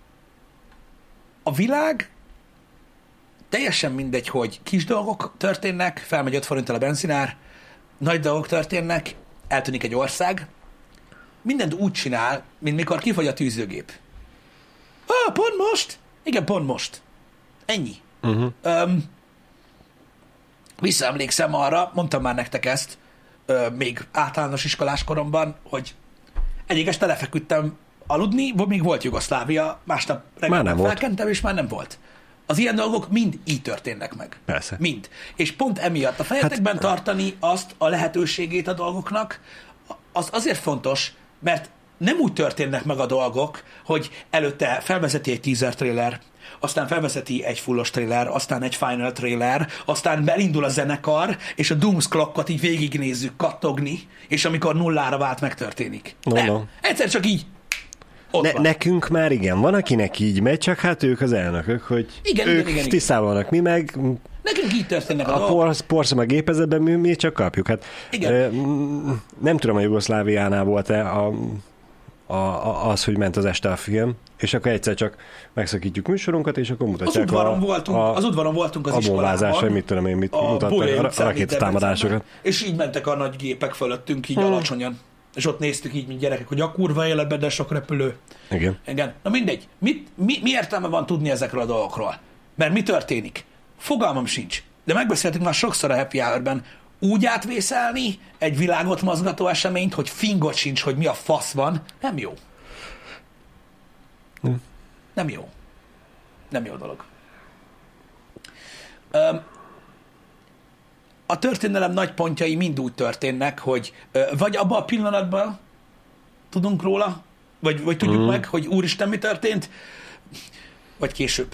a világ teljesen mindegy, hogy kis dolgok történnek, felmegy öt forinttal a benzinár, nagy dolgok történnek, eltűnik egy ország, mindent úgy csinál, mint mikor kifogy a tűzőgép. Ah, pont most? Igen, pont most. Ennyi. Uh-huh. Öm, visszaemlékszem arra, mondtam már nektek ezt, ö, még általános iskolás koromban, hogy egyik este lefeküdtem aludni, vagy még volt Jugoszlávia, másnap reggel nem volt. felkentem, és már nem volt. Az ilyen dolgok mind így történnek meg. Persze. Mind. És pont emiatt a fejetekben Hát- tartani azt a lehetőségét a dolgoknak, az azért fontos, mert nem úgy történnek meg a dolgok, hogy előtte felvezeti egy teaser trailer, aztán felvezeti egy fullos trailer, aztán egy final trailer, aztán belindul a zenekar, és a Dooms Clockot így végignézzük kattogni, és amikor nullára vált, megtörténik. No, nem. no. Egyszer csak így. Ott Ne, van. nekünk már igen, van, akinek így megy, csak hát ők az elnökök, hogy Igen, ők igen, igen, igen. tisztában vannak, mi meg Nekünk így történnek a, a dolgok. porsz, porszom a gépezetben, mi, mi csak kapjuk. Hát, Igen. ö, mm, nem tudom, a Jugoszláviánál volt-e a, a, a, az, hogy ment az este a film, és akkor egyszer csak megszakítjuk műsorunkat, és akkor Az mutatják udvaron a, voltunk, a, az udvaron voltunk az a bombázás, vagy iskolában. mit tudom én, mit A mutattak, Bulén a, a utcán, rakétatámadásokat. Debrecenben, És így mentek a nagy gépek fölöttünk, így Hmm. alacsonyan. És ott néztük így, mint gyerekek, hogy a kurva életben, de sok repülő. Igen. Igen. Na mindegy. Mit, mi, mi értelme van tudni ezekről a dolgokról? Mert mi történik? Fogalmam sincs. De megbeszéltük már sokszor a Happy Hour-ben, úgy átvészelni egy világot mozgató eseményt, hogy fingot sincs, hogy mi a fasz van, nem jó. Hm. Nem jó. Nem jó dolog. Öm, a történelem nagy pontjai mind úgy történnek, hogy ö, vagy abban a pillanatban tudunk róla, vagy, vagy tudjuk Mm. meg, hogy úristen, mi történt, vagy később,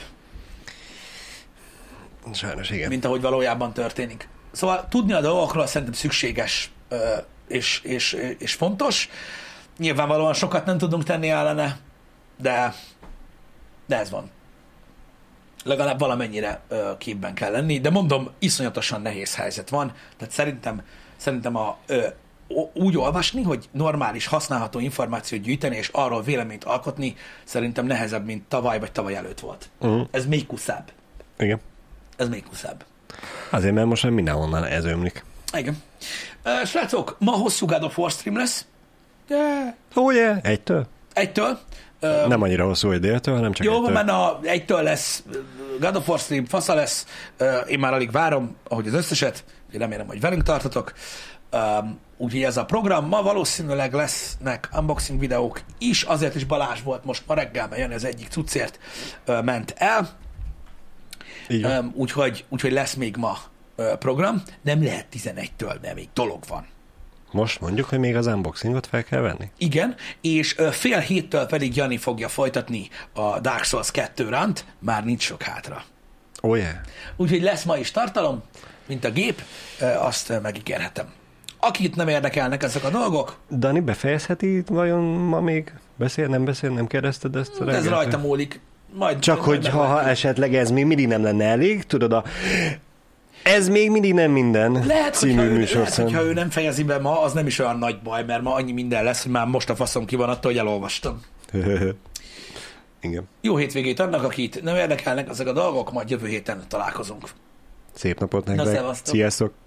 Sajnos igen. mint ahogy valójában történik. Szóval tudni a dolgokról szerintem szükséges ö, és, és, és fontos. Nyilvánvalóan sokat nem tudunk tenni ellene, de, de ez van. Legalább valamennyire ö, képben kell lenni, de mondom, iszonyatosan nehéz helyzet van, tehát szerintem, szerintem a, ö, o- úgy olvasni, hogy normális, használható információt gyűjteni, és arról véleményt alkotni, szerintem nehezebb, mint tavaly vagy tavaly előtt volt. Uh-huh. Ez még kuszább. Igen. Ez még kuszább. Azért, mert most már mindenhonnan ez ömlik. Igen. Ö, Srácok, ma hosszú God of War stream lesz. Yeah. Ó, oh, yeah. Egytől? Egytől. Ö, Nem annyira hosszú, hogy déltől, hanem csak Jó, egytől. van, a egytől lesz God of War stream, fasza lesz. Ö, Én már alig várom, ahogy az összeset. Én remélem, hogy velünk tartotok. Um, úgyhogy ez a program. Ma valószínűleg lesznek unboxing videók is, azért is Balázs volt most ma reggel, mert Jani az egyik cuccért ö, ment el. Így van. Um, úgyhogy, úgyhogy lesz még ma ö, program. Nem lehet tizenegytől, mert még dolog van. Most mondjuk, hogy még az unboxingot fel kell venni. Igen, és ö, fél héttől pedig Jani fogja folytatni a Dark Souls kettő rant, már nincs sok hátra. Ó, oh, yeah. Úgyhogy lesz ma is tartalom, mint a gép, ö, azt ö, megígérhetem. Akit nem érdekelnek ezek a dolgok, Dani befejezheti vajon ma még? Beszél, nem beszél, nem kérdezted ezt? ez reggeltől? rajta múlik. Majd, Csak majd hogy ha, ha meglátjuk. esetleg ez még mindig nem lenne elég, tudod, a ez még mindig nem minden Lehet, című hogyha ő, lehet, műsorszám. hogyha ő nem fejezi be ma, az nem is olyan nagy baj, mert ma annyi minden lesz, hogy már most a faszom ki van attól, hogy elolvastam. Igen. Jó hétvégét annak, akit nem érdekelnek ezek a dolgok, majd jövő héten találkozunk. Szép napot Na, nektek. szevasztok. Sziasztok.